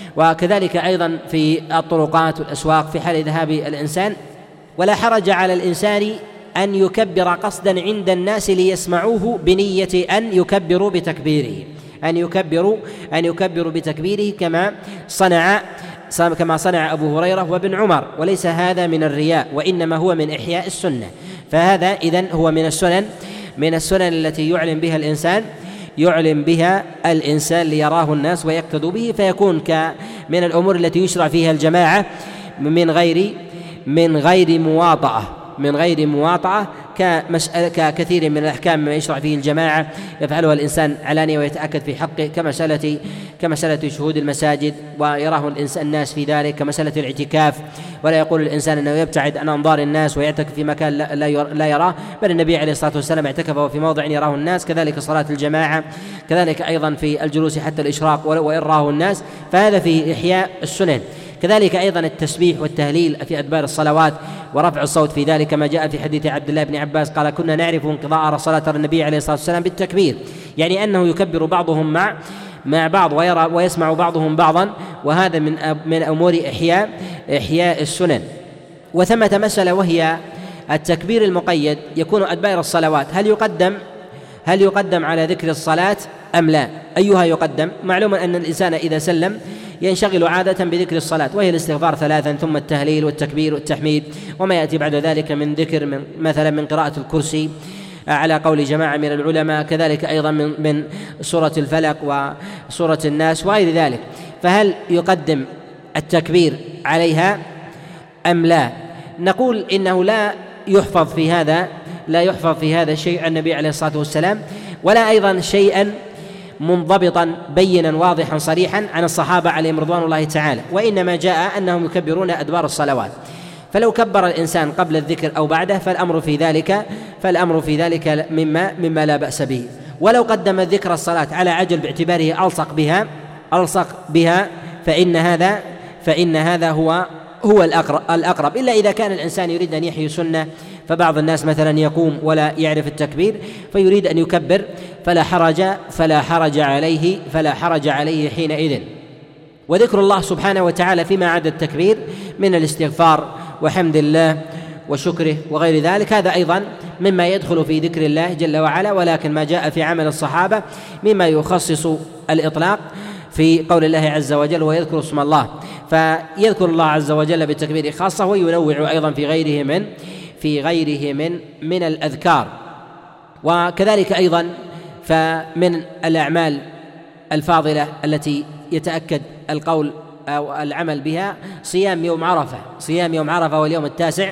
وكذلك أيضا في الطرقات والأسواق في حال ذهاب الإنسان. ولا حرج على الإنسان أن يكبر قصدا عند الناس ليسمعوه بنية أن يكبروا بتكبيره أن يكبروا أن يكبروا بتكبيره كما صنع كما صنع أبو هريرة وابن عمر. وليس هذا من الرياء، وإنما هو من إحياء السنة. فهذا إذن هو من السنن من السنن التي يعلم بها الإنسان يعلم بها الإنسان ليراه الناس ويقتدوا به، فيكون من الأمور التي يشرع فيها الجماعة من غير من غير مواطأة من غير مواطأة كمسألة ككثير من الأحكام ما يشرع فيه الجماعة يفعلها الإنسان علانية ويتأكد في حقه، كمسألة كمسألة شهود المساجد ويراه الإنسان الناس في ذلك، كمسألة الاعتكاف ولا يقول الإنسان أنه يبتعد عن أنظار الناس ويعتكف في مكان لا يراه، بل النبي عليه الصلاة والسلام اعتكف في موضع يراه الناس. كذلك صلاة الجماعة، كذلك أيضا في الجلوس حتى الإشراق وإن راه الناس، فهذا في إحياء السنن. كذلك أيضا التسبيح والتهليل في أدبار الصلوات ورفع الصوت في ذلك، كما جاء في حديث عبد الله بن عباس قال كنا نعرف انقضاء صلاة النبي عليه الصلاة والسلام بالتكبير، يعني أنه يكبر بعضهم مع مع بعض ويرى ويسمع بعضهم بعضا، وهذا من من أمور إحياء إحياء السنن. وثمة مسألة وهي التكبير المقيد يكون أدبار الصلوات، هل يقدم هل يقدم على ذكر الصلاة أم لا؟ أيها يقدم؟ معلوم أن الإنسان إذا سلم ينشغل عادة بذكر الصلاة، وهي الاستغفار ثلاثا ثم التهليل والتكبير والتحميد وما يأتي بعد ذلك من ذكر من مثلا من قراءة الكرسي على قول جماعة من العلماء، كذلك أيضا من, من سورة الفلق وسورة الناس وغير ذلك. فهل يقدم التكبير عليها أم لا؟ نقول إنه لا يحفظ في هذا لا يحفظ في هذا شيء عن النبي عليه الصلاة والسلام، ولا أيضا شيئا منضبطا بينا واضحا صريحا عن الصحابة عليهم رضوان الله تعالى، وإنما جاء أنهم يكبرون أدبار الصلوات، فلو كبر الإنسان قبل الذكر أو بعده فالأمر في ذلك فالأمر في ذلك مما مما لا بأس به. ولو قدم ذكر الصلاة على عجل باعتباره ألصق بها ألصق بها فإن هذا فإن هذا هو هو الأقرب, الأقرب إلا إذا كان الإنسان يريد أن يحيي سنة، فبعض الناس مثلا يقوم ولا يعرف التكبير فيريد أن يكبر فلا حرج فلا حرج عليه فلا حرج عليه حينئذ. وذكر الله سبحانه وتعالى فيما عدا التكبير من الاستغفار وحمد الله وشكره وغير ذلك، هذا أيضا مما يدخل في ذكر الله جل وعلا، ولكن ما جاء في عمل الصحابة مما يخصص الإطلاق في قول الله عز وجل ويذكر اسم الله، فيذكر الله عز وجل بالتكبير خاصة، وينوع أيضا في غيره من في غيره من من الأذكار. وكذلك أيضا فمن الأعمال الفاضلة التي يتأكد القول أو العمل بها صيام يوم عرفة صيام يوم عرفة واليوم التاسع،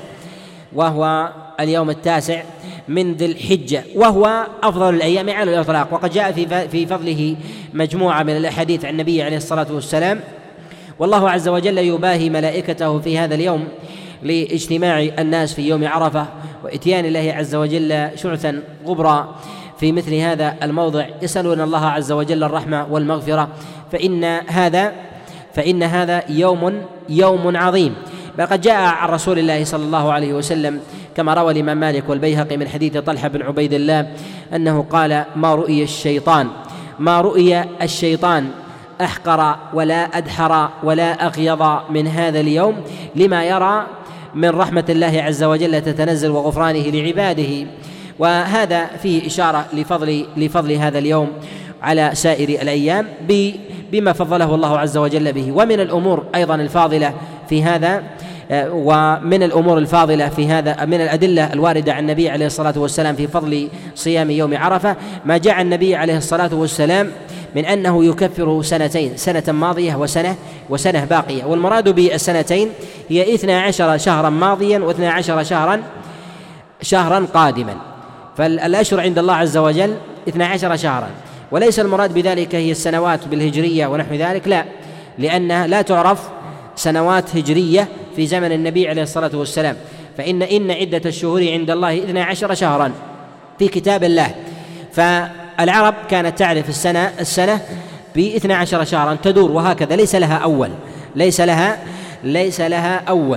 وهو اليوم التاسع من ذي الحجة، وهو أفضل الأيام على الإطلاق، وقد جاء في في فضله مجموعة من الأحاديث عن النبي عليه الصلاة والسلام. والله عز وجل يباهي ملائكته في هذا اليوم لاجتماع الناس في يوم عرفة وإتيان الله عز وجل شعثا غبرا في مثل هذا الموضع، يسألون الله عز وجل الرحمة والمغفرة، فإن هذا فإن هذا يوم يوم عظيم. بل قد جاء عن رسول الله صلى الله عليه وسلم كما روى الإمام مالك والبيهقي من حديث طلحة بن عبيد الله أنه قال: ما رؤي الشيطان ما رؤي الشيطان أحقر ولا أدحر ولا أغيض من هذا اليوم، لما يرى من رحمة الله عز وجل تتنزل وغفرانه لعباده. وهذا فيه إشارة لفضل لفضل هذا اليوم على سائر الأيام بما فضله الله عز وجل به. ومن الأمور أيضا الفاضلة في هذا ومن الأمور الفاضلة في هذا من الأدلة الواردة عن النبي عليه الصلاة والسلام في فضل صيام يوم عرفة ما جاء عن النبي عليه الصلاة والسلام من أنه يكفر سنتين، سنة ماضية وسنة وسنة باقية. والمراد بالسنتين هي اثنا عشر شهرا ماضيا واثنا عشر شهرا شهرا قادما، فالأشهر عند الله عز وجل اثنا عشر شهرا، وليس المراد بذلك هي السنوات بالهجرية ونحو ذلك، لا، لأنها لا تعرف سنوات هجرية في زمن النبي عليه الصلاة والسلام، فإن إن عدة الشهور عند الله اثنا عشر شهرا في كتاب الله. فالعرب كانت تعرف السنة السنة باثنا عشر شهرا تدور، وهكذا ليس لها أول ليس لها ليس لها أول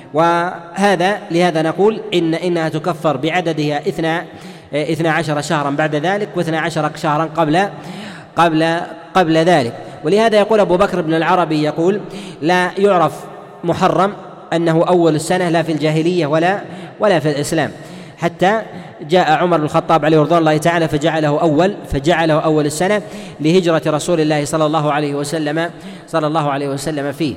وهذا لهذا نقول إن إنها تكفر بعددها اثنا اثنا عشر شهرا بعد ذلك واثنا عشر شهرا قبل قبل قبل ذلك. ولهذا يقول أبو بكر بن العربي يقول: لا يعرف محرم أنه أول السنة لا في الجاهلية ولا ولا في الإسلام، حتى جاء عمر بن الخطاب عليه رضوان الله تعالى فجعله أول فجعله أول السنة لهجرة رسول الله صلى الله عليه وسلم صلى الله عليه وسلم فيه.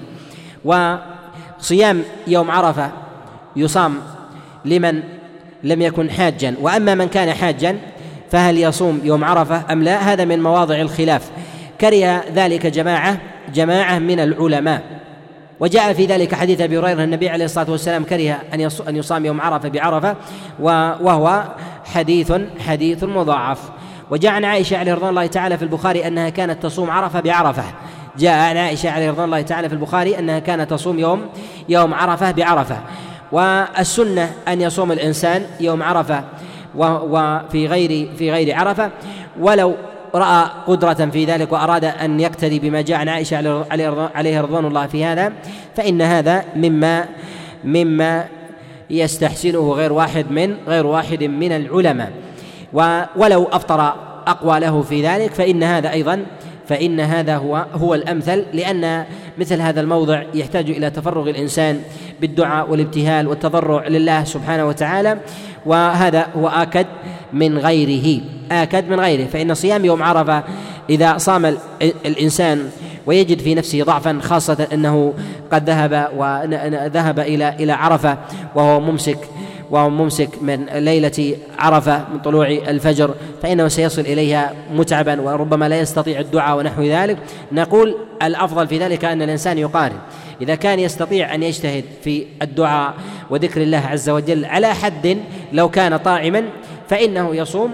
وصيام يوم عرفة يصام لمن لم يكن حاجا، وأما من كان حاجا فهل يصوم يوم عرفة أم لا؟ هذا من مواضع الخلاف، كره ذلك جماعة جماعة من العلماء، وجاء في ذلك حديث أبي هريرة النبي عليه الصلاة والسلام كره أن يصام يوم عرفة بعرفة، وهو حديث حديث مضاعف. وجاء عن عائشة عليه رضوان الله تعالى في البخاري أنها كانت تصوم عرفة بعرفة، جاء عن عائشة عليه رضوان الله تعالى في البخاري أنها كانت تصوم يوم يوم عرفة بعرفة. والسنة أن يصوم الإنسان يوم عرفة وفي غير في غير عرفة، ولو رأى قدرة في ذلك وأراد أن يقتدي بما جاء عن عائشة عليه رضوان الله في هذا، فإن هذا مما مما يستحسنه غير واحد من غير واحد من العلماء. ولو أفطر أقواله في ذلك فإن هذا أيضا فإن هذا هو هو الأمثل، لأن مثل هذا الموضع يحتاج إلى تفرغ الإنسان بالدعاء والابتهال والتضرع لله سبحانه وتعالى، وهذا هو آكد من غيره آكد من غيره. فإن صيام يوم عرفة إذا صام الإنسان ويجد في نفسه ضعفا، خاصة أنه قد ذهب وذهب إلى إلى عرفة وهو ممسك وهو ممسك من ليلة عرفة من طلوع الفجر، فإنه سيصل إليها متعبا وربما لا يستطيع الدعاء ونحو ذلك. نقول الأفضل في ذلك أن الإنسان يقارن، إذا كان يستطيع أن يجتهد في الدعاء وذكر الله عز وجل على حد لو كان طاعما فإنه يصوم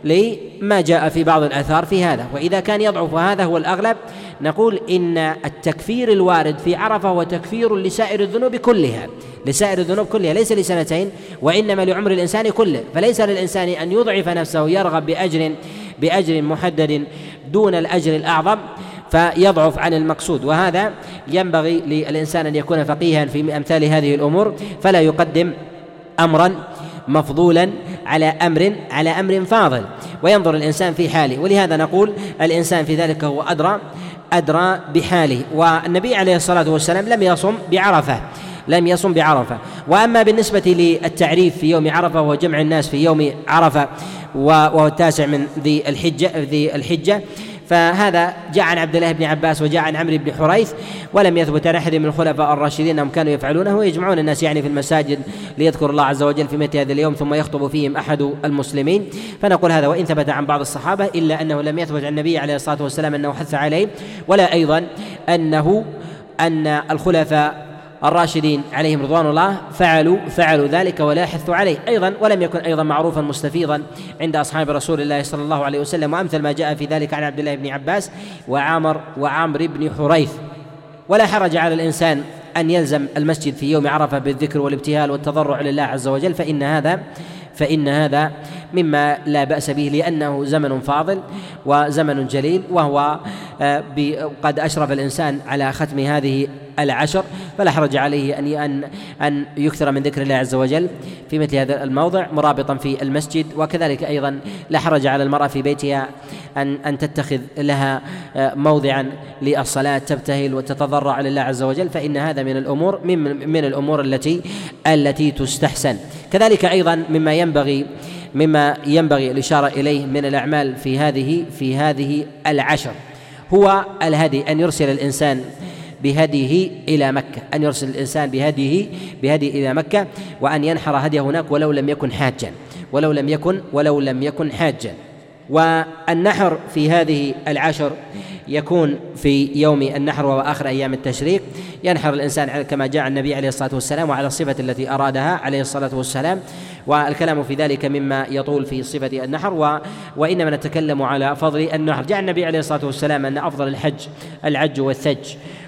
لما جاء في بعض الآثار في هذا، وإذا كان يضعف هذا هو الأغلب نقول إن التكفير الوارد في عرفة هو تكفير لسائر الذنوب كلها، لسائر الذنوب كلها، ليس لسنتين وإنما لعمر الإنسان كله، فليس للإنسان أن يضعف نفسه يرغب بأجر بأجر محدد دون الأجر الأعظم فيضعف عن المقصود. وهذا ينبغي للإنسان أن يكون فقيها في أمثال هذه الأمور، فلا يقدم أمرا مفضولا على أمر على أمر فاضل، وينظر الإنسان في حاله. ولهذا نقول الإنسان في ذلك هو أدرى أدرى بحاله. والنبي عليه الصلاة والسلام لم يصم بعرفة لم يصم بعرفة. وأما بالنسبة للتعريف في يوم عرفة وهو جمع الناس في يوم عرفة وهو التاسع من ذي الحجة ذي الحجة فهذا جاء عن عبد الله بن عباس وجاء عن عمرو بن حريث، ولم يثبت عن أحد من الخلفاء الراشدين أنهم كانوا يفعلونه، ويجمعون الناس يعني في المساجد ليذكر الله عز وجل في مثل هذا اليوم ثم يخطب فيهم أحد المسلمين. فنقول هذا وإن ثبت عن بعض الصحابة إلا أنه لم يثبت عن النبي عليه الصلاة والسلام أنه حث عليه، ولا أيضا أنه أن الخلفاء الراشدين عليهم رضوان الله فعلوا فعلوا ذلك ولا يحث عليه أيضا. ولم يكن أيضا معروفا مستفيضا عند أصحاب رسول الله صلى الله عليه وسلم، وأمثل ما جاء في ذلك عن عبد الله بن عباس وعامر وعمرو بن حريث. ولا حرج على الإنسان أن يلزم المسجد في يوم عرفة بالذكر والابتهال والتضرع لله عز وجل، فإن هذا فإن هذا مما لا بأس به، لأنه زمن فاضل وزمن جليل، وهو قد أشرف الإنسان على ختم هذه العشر، فلا حرج عليه أن أن أن يكثر من ذكر الله عز وجل في مثل هذا الموضع مرابطا في المسجد. وكذلك أيضا لا حرج على المرأة في بيتها أن أن تتخذ لها موضعا للصلاة تبتهل وتتضرع لله عز وجل، فإن هذا من الأمور من من الأمور التي التي تستحسن. كذلك أيضا مما ينبغي مما ينبغي الإشارة إليه من الأعمال في هذه في هذه العشر هو الهدي، أن يرسل الإنسان بهديه إلى مكة، أن يرسل الإنسان بهديه بهديه إلى مكة، وأن ينحر هديه هناك ولو لم يكن حاجا ولو لم يكن ولو لم يكن حاجا. والنحر في هذه العشر يكون في يوم النحر وهو آخر أيام التشريق، ينحر الإنسان كما جاء النبي عليه الصلاة والسلام وعلى الصفة التي أرادها عليه الصلاة والسلام، والكلام في ذلك مما يطول في صفة النحر، و... وإنما نتكلم على فضل النحر. جاء النبي عليه الصلاة والسلام أن أفضل الحج العج والثج،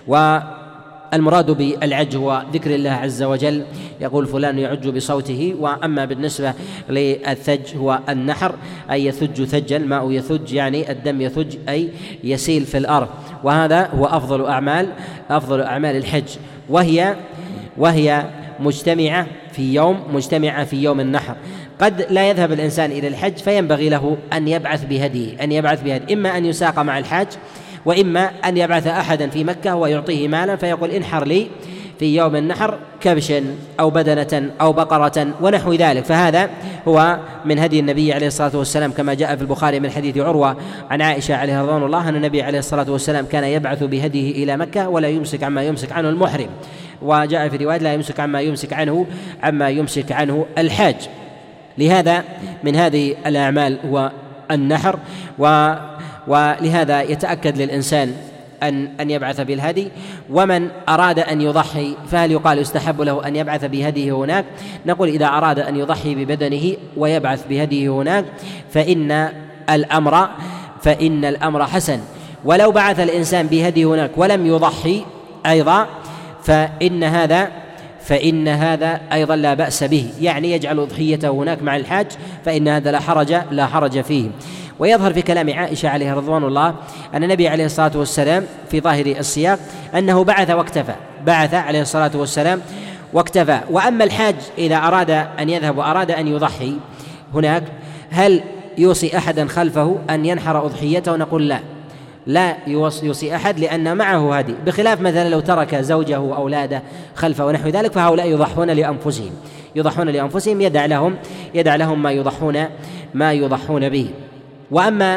والمراد بالعج هو ذكر الله عز وجل، يقول فلان يعج بصوته. وأما بالنسبة للثج هو النحر، أي يثج ثجا، الماء يثج يعني الدم يثج أي يسيل في الأرض، وهذا هو أفضل أعمال أفضل أعمال الحج، وهي وهي مجتمعة في يوم مجتمعة في يوم النحر. قد لا يذهب الإنسان إلى الحج فينبغي له أن يبعث بهديه أن يبعث بهديه إما أن يساق مع الحاج، وإما أن يبعث أحدا في مكة ويعطيه مالا فيقول انحر لي في يوم النحر كبشا أو بدنة أو بقرة ونحو ذلك. فهذا هو من هدي النبي عليه الصلاة والسلام، كما جاء في البخاري من حديث عروة عن عائشة عليه رضوان الله أن النبي عليه الصلاة والسلام كان يبعث بهديه إلى مكة ولا يمسك عما يمسك عنه المحرم، وجاء في رواية لا يمسك عما يمسك عنه عما يمسك عنه الحاج. لهذا من هذه الأعمال هو النحر، و ولهذا يتأكد للإنسان أن أن يبعث بالهدي. ومن أراد أن يضحي فهل يقال يستحب له أن يبعث بهديه هناك؟ نقول إذا أراد أن يضحي ببدنه ويبعث بهديه هناك فإن الأمر فإن الأمر حسن، ولو بعث الإنسان بهديه هناك ولم يضحي أيضا فإن هذا فإن هذا أيضا لا بأس به، يعني يجعل أضحيته هناك مع الحاج، فإن هذا لا حرج لا حرج فيه. ويظهر في كلام عائشة عليه رضوان الله أن النبي عليه الصلاة والسلام في ظاهر السياق أنه بعث واكتفى بعث عليه الصلاة والسلام واكتفى. وأما الحاج إذا أراد أن يذهب وأراد أن يضحي هناك هل يوصي أحدا خلفه أن ينحر أضحيته؟ نقول لا لا يوصي أحد، لأن معه هدي، بخلاف مثلا لو ترك زوجه وأولاده خلفه ونحو ذلك فهؤلاء يضحون لأنفسهم يضحون لأنفسهم يدع لهم يدع لهم ما يضحون ما يضحون به. وأما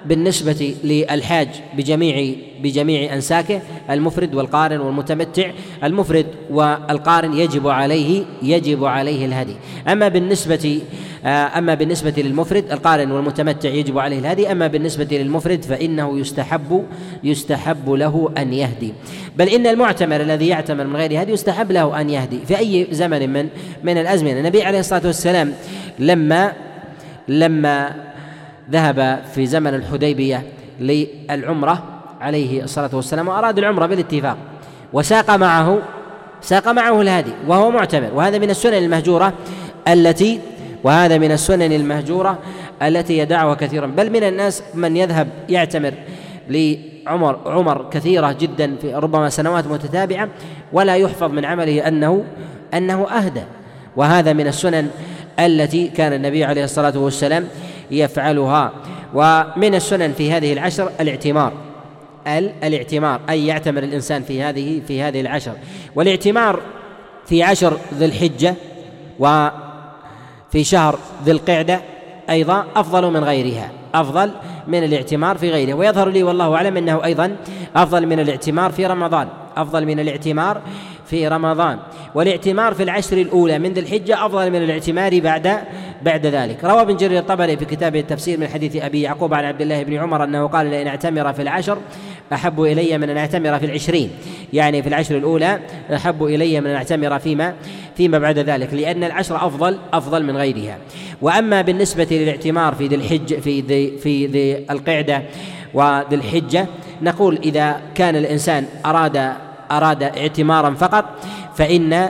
بالنسبة للحاج بجميع بجميع أنساكه، المفرد والقارن والمتمتع. المفرد والقارن يجب عليه يجب عليه الهدي. أما بالنسبة أما بالنسبة للمفرد القارن والمتمتع يجب عليه الهدي. أما بالنسبة للمفرد فإنه يستحب يستحب له أن يهدي، بل إن المعتمر الذي يعتمر من غير هدي يستحب له أن يهدي في أي زمن من من الأزمنة. النبي عليه الصلاة والسلام لما لما ذهب في زمن الحديبية للعمرة عليه الصلاة والسلام وأراد العمرة بالاتفاق، وساق معه ساق معه الهدي وهو معتمر، وهذا من السنن المهجورة التي وهذا من السنن المهجورة التي يدعها كثيرا، بل من الناس من يذهب يعتمر لعمر عمر كثيرة جدا في ربما سنوات متتابعة ولا يحفظ من عمله أنه أنه أهدى. وهذا من السنن التي كان النبي عليه الصلاة والسلام يفعلها. ومن السنن في هذه العشر الاعتمار الاعتمار أي يعتمر الإنسان في هذه في هذه العشر. والاعتمار في عشر ذي الحجة وفي شهر ذي القعدة أيضا أفضل من غيرها، أفضل من الاعتمار في غيره. ويظهر لي والله أعلم أنه أيضا أفضل من الاعتمار في رمضان أفضل من الاعتمار في رمضان والاعتمار في العشر الأولى من ذي الحجة أفضل من الاعتمار بعد بعد ذلك. روى ابن جرير الطبري في كتابه التفسير من حديث أبي يعقوب عن عبد الله بن عمر أنه قال: لأن أعتمر في العشر أحب إلي من أن أعتمر في العشرين، يعني في العشر الأولى أحب إلي من أن أعتمر فيما فيما بعد ذلك، لأن العشر أفضل أفضل من غيرها. وأما بالنسبة للاعتمار في ذي الحجة في ذي في ذي القعدة وذي الحجة، نقول إذا كان الإنسان أراد أراد اعتمارا فقط فإن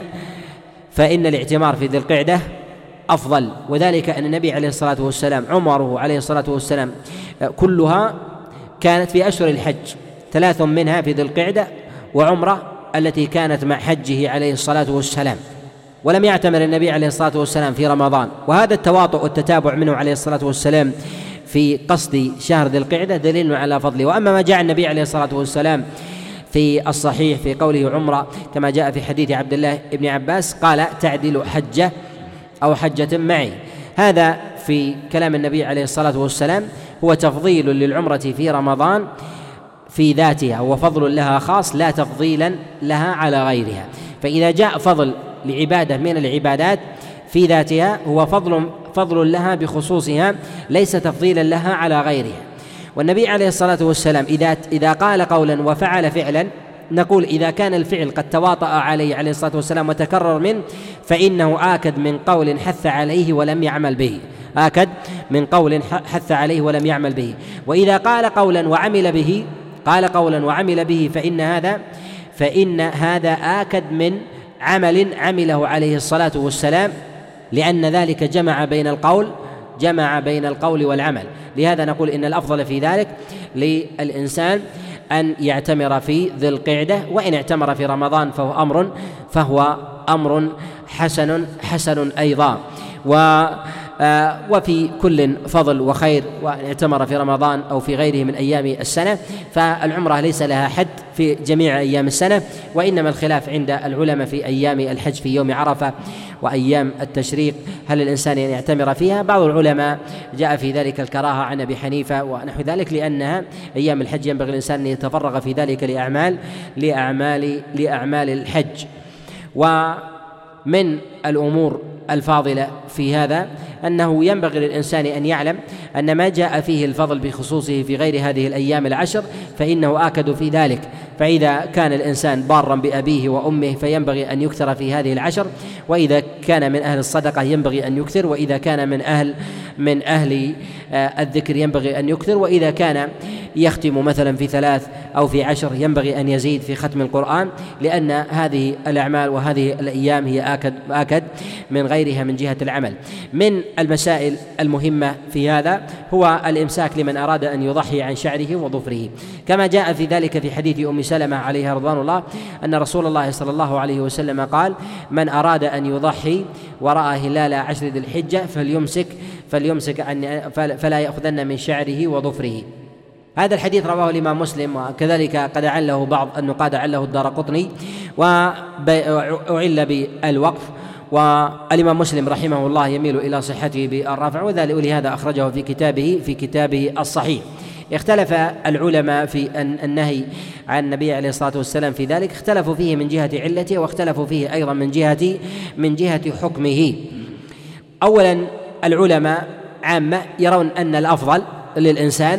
فإن الاعتمار في ذي القعدة أفضل، وذلك أن النبي عليه الصلاة والسلام عمره عليه الصلاة والسلام كلها كانت في أشهر الحج، ثلاث منها في ذي القعدة وعمرة التي كانت مع حجه عليه الصلاة والسلام، ولم يعتمر النبي عليه الصلاة والسلام في رمضان. وهذا التواطؤ والتتابع منه عليه الصلاة والسلام في قصد شهر ذي القعدة دليل على فضله. وأما ما جاء النبي عليه الصلاة والسلام في الصحيح في قوله عمرة كما جاء في حديث عبد الله بن عباس قال: تعدل حجة أو حجة معي. هذا في كلام النبي عليه الصلاة والسلام هو تفضيل للعمرة في رمضان في ذاتها، وفضل لها خاص لا تفضيلا لها على غيرها. فإذا جاء فضل لعبادة من العبادات في ذاتها هو فضل فضل لها بخصوصها ليس تفضيلا لها على غيرها. والنبي عليه الصلاة والسلام إذا إذا قال قولا وفعل فعلا، نقول إذا كان الفعل قد تواطأ عليه عليه الصلاة والسلام وتكرر منه فإنه آكد من قول حث عليه ولم يعمل به آكد من قول حث عليه ولم يعمل به. وإذا قال قولا وعمل به قال قولا وعمل به فإن هذا فإن هذا آكد من عمل عمله عليه الصلاة والسلام، لأن ذلك جمع بين القول جمع بين القول والعمل. لهذا نقول إن الأفضل في ذلك للإنسان أن يعتمر في ذي القعدة، وإن اعتمر في رمضان فهو أمر فهو أمر حسن حسن أيضا. و وفي كل فضل وخير، وأن اعتمر في رمضان أو في غيره من أيام السنة، فالعمرة ليس لها حد في جميع أيام السنة، وإنما الخلاف عند العلماء في أيام الحج في يوم عرفة وأيام التشريق هل الإنسان أن يعتمر فيها. بعض العلماء جاء في ذلك الكراهة عن أبي حنيفة ونحو ذلك، لأنها أيام الحج ينبغي الإنسان أن يتفرغ في ذلك لأعمال لأعمال لأعمال الحج. ومن الأمور الفاضلة في هذا أنه ينبغي للإنسان أن يعلم أن ما جاء فيه الفضل بخصوصه في غير هذه الأيام العشر فإنه آكد في ذلك. فإذا كان الإنسان بارا بأبيه وأمه فينبغي أن يكثر في هذه العشر، وإذا كان من أهل الصدقة ينبغي أن يكثر، وإذا كان من أهل من أهل الذكر ينبغي أن يكثر، وإذا كان يختم مثلا في ثلاث أو في عشر ينبغي أن يزيد في ختم القرآن، لأن هذه الأعمال وهذه الأيام هي آكد آكد من غيرها من جهة العمل. من المسائل المهمة في هذا هو الإمساك لمن أراد أن يضحي عن شعره وظفره، كما جاء في ذلك في حديث أم سلمة عليها رضوان الله أن رسول الله صلى الله عليه وسلم قال: من أراد أن يضحي ورأى هلال عشر ذي الحجة فليمسك فليمسك عن فلا يأخذن من شعره وظفره. هذا الحديث رواه الإمام مسلم، وكذلك قد أعله بعض النقاد أعله الدارقطني وأعل بالوقف، والإمام مسلم رحمه الله يميل إلى صحته بالرافع، وذلك ولهذا أخرجه في كتابه في كتابه الصحيح. اختلف العلماء في النهي عن النبي عليه الصلاة والسلام في ذلك، اختلفوا فيه من جهة علته واختلفوا فيه أيضا من جهة من جهة حكمه. أولا العلماء عامة يرون أن الأفضل للإنسان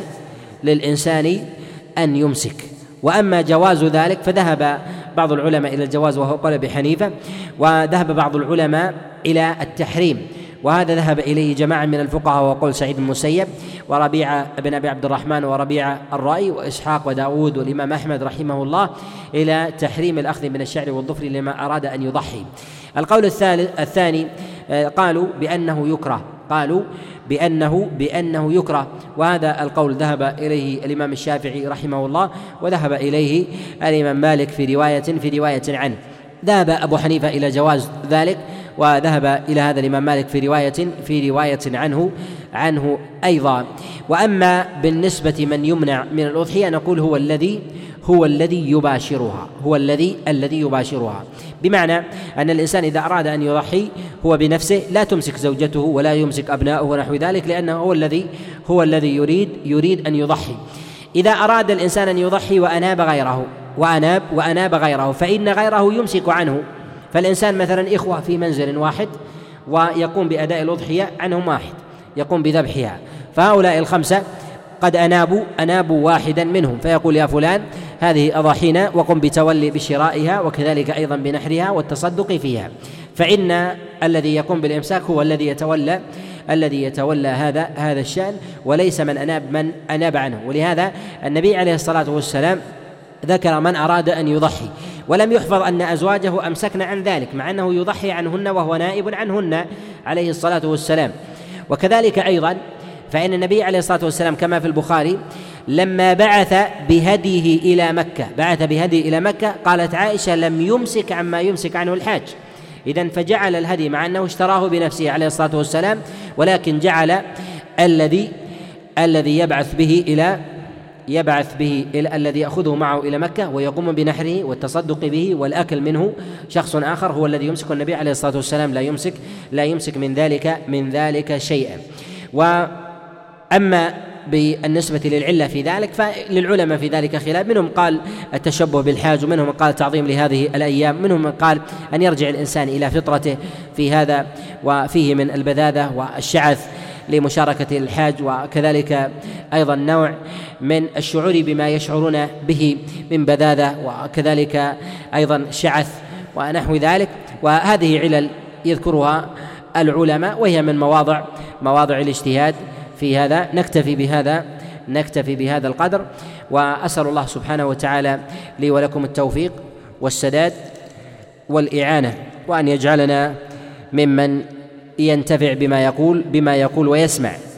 للإنسان أن يمسك، وأما جواز ذلك فذهب بعض العلماء إلى الجواز وهو قول أبي حنيفة، وذهب بعض العلماء إلى التحريم، وهذا ذهب إليه جماعة من الفقهاء وقول سعيد بن المسيب وربيعة بن أبي عبد الرحمن وربيعة الرأي وإسحاق وداود والإمام أحمد رحمه الله إلى تحريم الأخذ من الشعر والظفر لما أراد أن يضحي. القول الثالث الثاني قالوا بأنه يكره قالوا بأنه بأنه يكره وهذا القول ذهب إليه الإمام الشافعي رحمه الله، وذهب إليه الإمام مالك في رواية في رواية عنه. ذهب أبو حنيفة إلى جواز ذلك، وذهب إلى هذا الإمام مالك في رواية في رواية عنه عنه أيضا. وأما بالنسبة من يمنع من الأضحية نقول هو الذي هو الذي يباشرها هو الذي الذي يباشرها بمعنى أن الإنسان إذا أراد أن يضحي هو بنفسه، لا تمسك زوجته ولا يمسك أبناؤه ونحو ذلك، لأنه هو الذي هو الذي يريد يريد أن يضحي. إذا أراد الإنسان أن يضحي وأناب غيره وأناب وأناب غيره فإن غيره يمسك عنه. فالإنسان مثلا إخوة في منزل واحد ويقوم بأداء الأضحية عنهم واحد يقوم بذبحها، فهؤلاء الخمسة قد أنابوا أنابوا واحدا منهم، فيقول يا فلان هذه أضاحينا وقم بتولي بشرائها وكذلك أيضا بنحرها والتصدق فيها، فإن الذي يقوم بالإمساك هو الذي يتولى الذي يتولى هذا هذا الشأن، وليس من أناب من أناب عنه. ولهذا النبي عليه الصلاة والسلام ذكر من أراد أن يضحي، ولم يحفظ أن أزواجه أمسكن عن ذلك، مع أنه يضحي عنهن وهو نائب عنهن عليه الصلاة والسلام. وكذلك أيضا فإن النبي عليه الصلاة والسلام كما في البخاري لما بعث بهديه إلى مكة بعث بهديه إلى مكة قالت عائشة لم يمسك عما يمسك عنه الحاج. إذن فجعل الهدي مع أنه اشتراه بنفسه عليه الصلاة والسلام، ولكن جعل الذي الذي يبعث به إلى يبعث به إلى الذي يأخذه معه إلى مكة ويقوم بنحره والتصدق به والأكل منه شخص آخر هو الذي يمسك. النبي عليه الصلاة والسلام لا يمسك لا يمسك من ذلك من ذلك شيئا. وأما بالنسبة للعلة في ذلك فللعلماء في ذلك خلاف، منهم قال التشبه بالحاج، ومنهم قال تعظيم لهذه الأيام، منهم من قال أن يرجع الإنسان إلى فطرته في هذا، وفيه من البذاذة والشعث لمشاركة الحاج، وكذلك أيضا نوع من الشعور بما يشعرون به من بذاذة وكذلك أيضا شعث ونحو ذلك. وهذه علل يذكرها العلماء وهي من مواضع مواضع الاجتهاد في هذا. نكتفي بهذا نكتفي بهذا القدر، وأسأل الله سبحانه وتعالى لي ولكم التوفيق والسداد والإعانة، وأن يجعلنا ممن ينتفع بما يقول بما يقول ويسمع.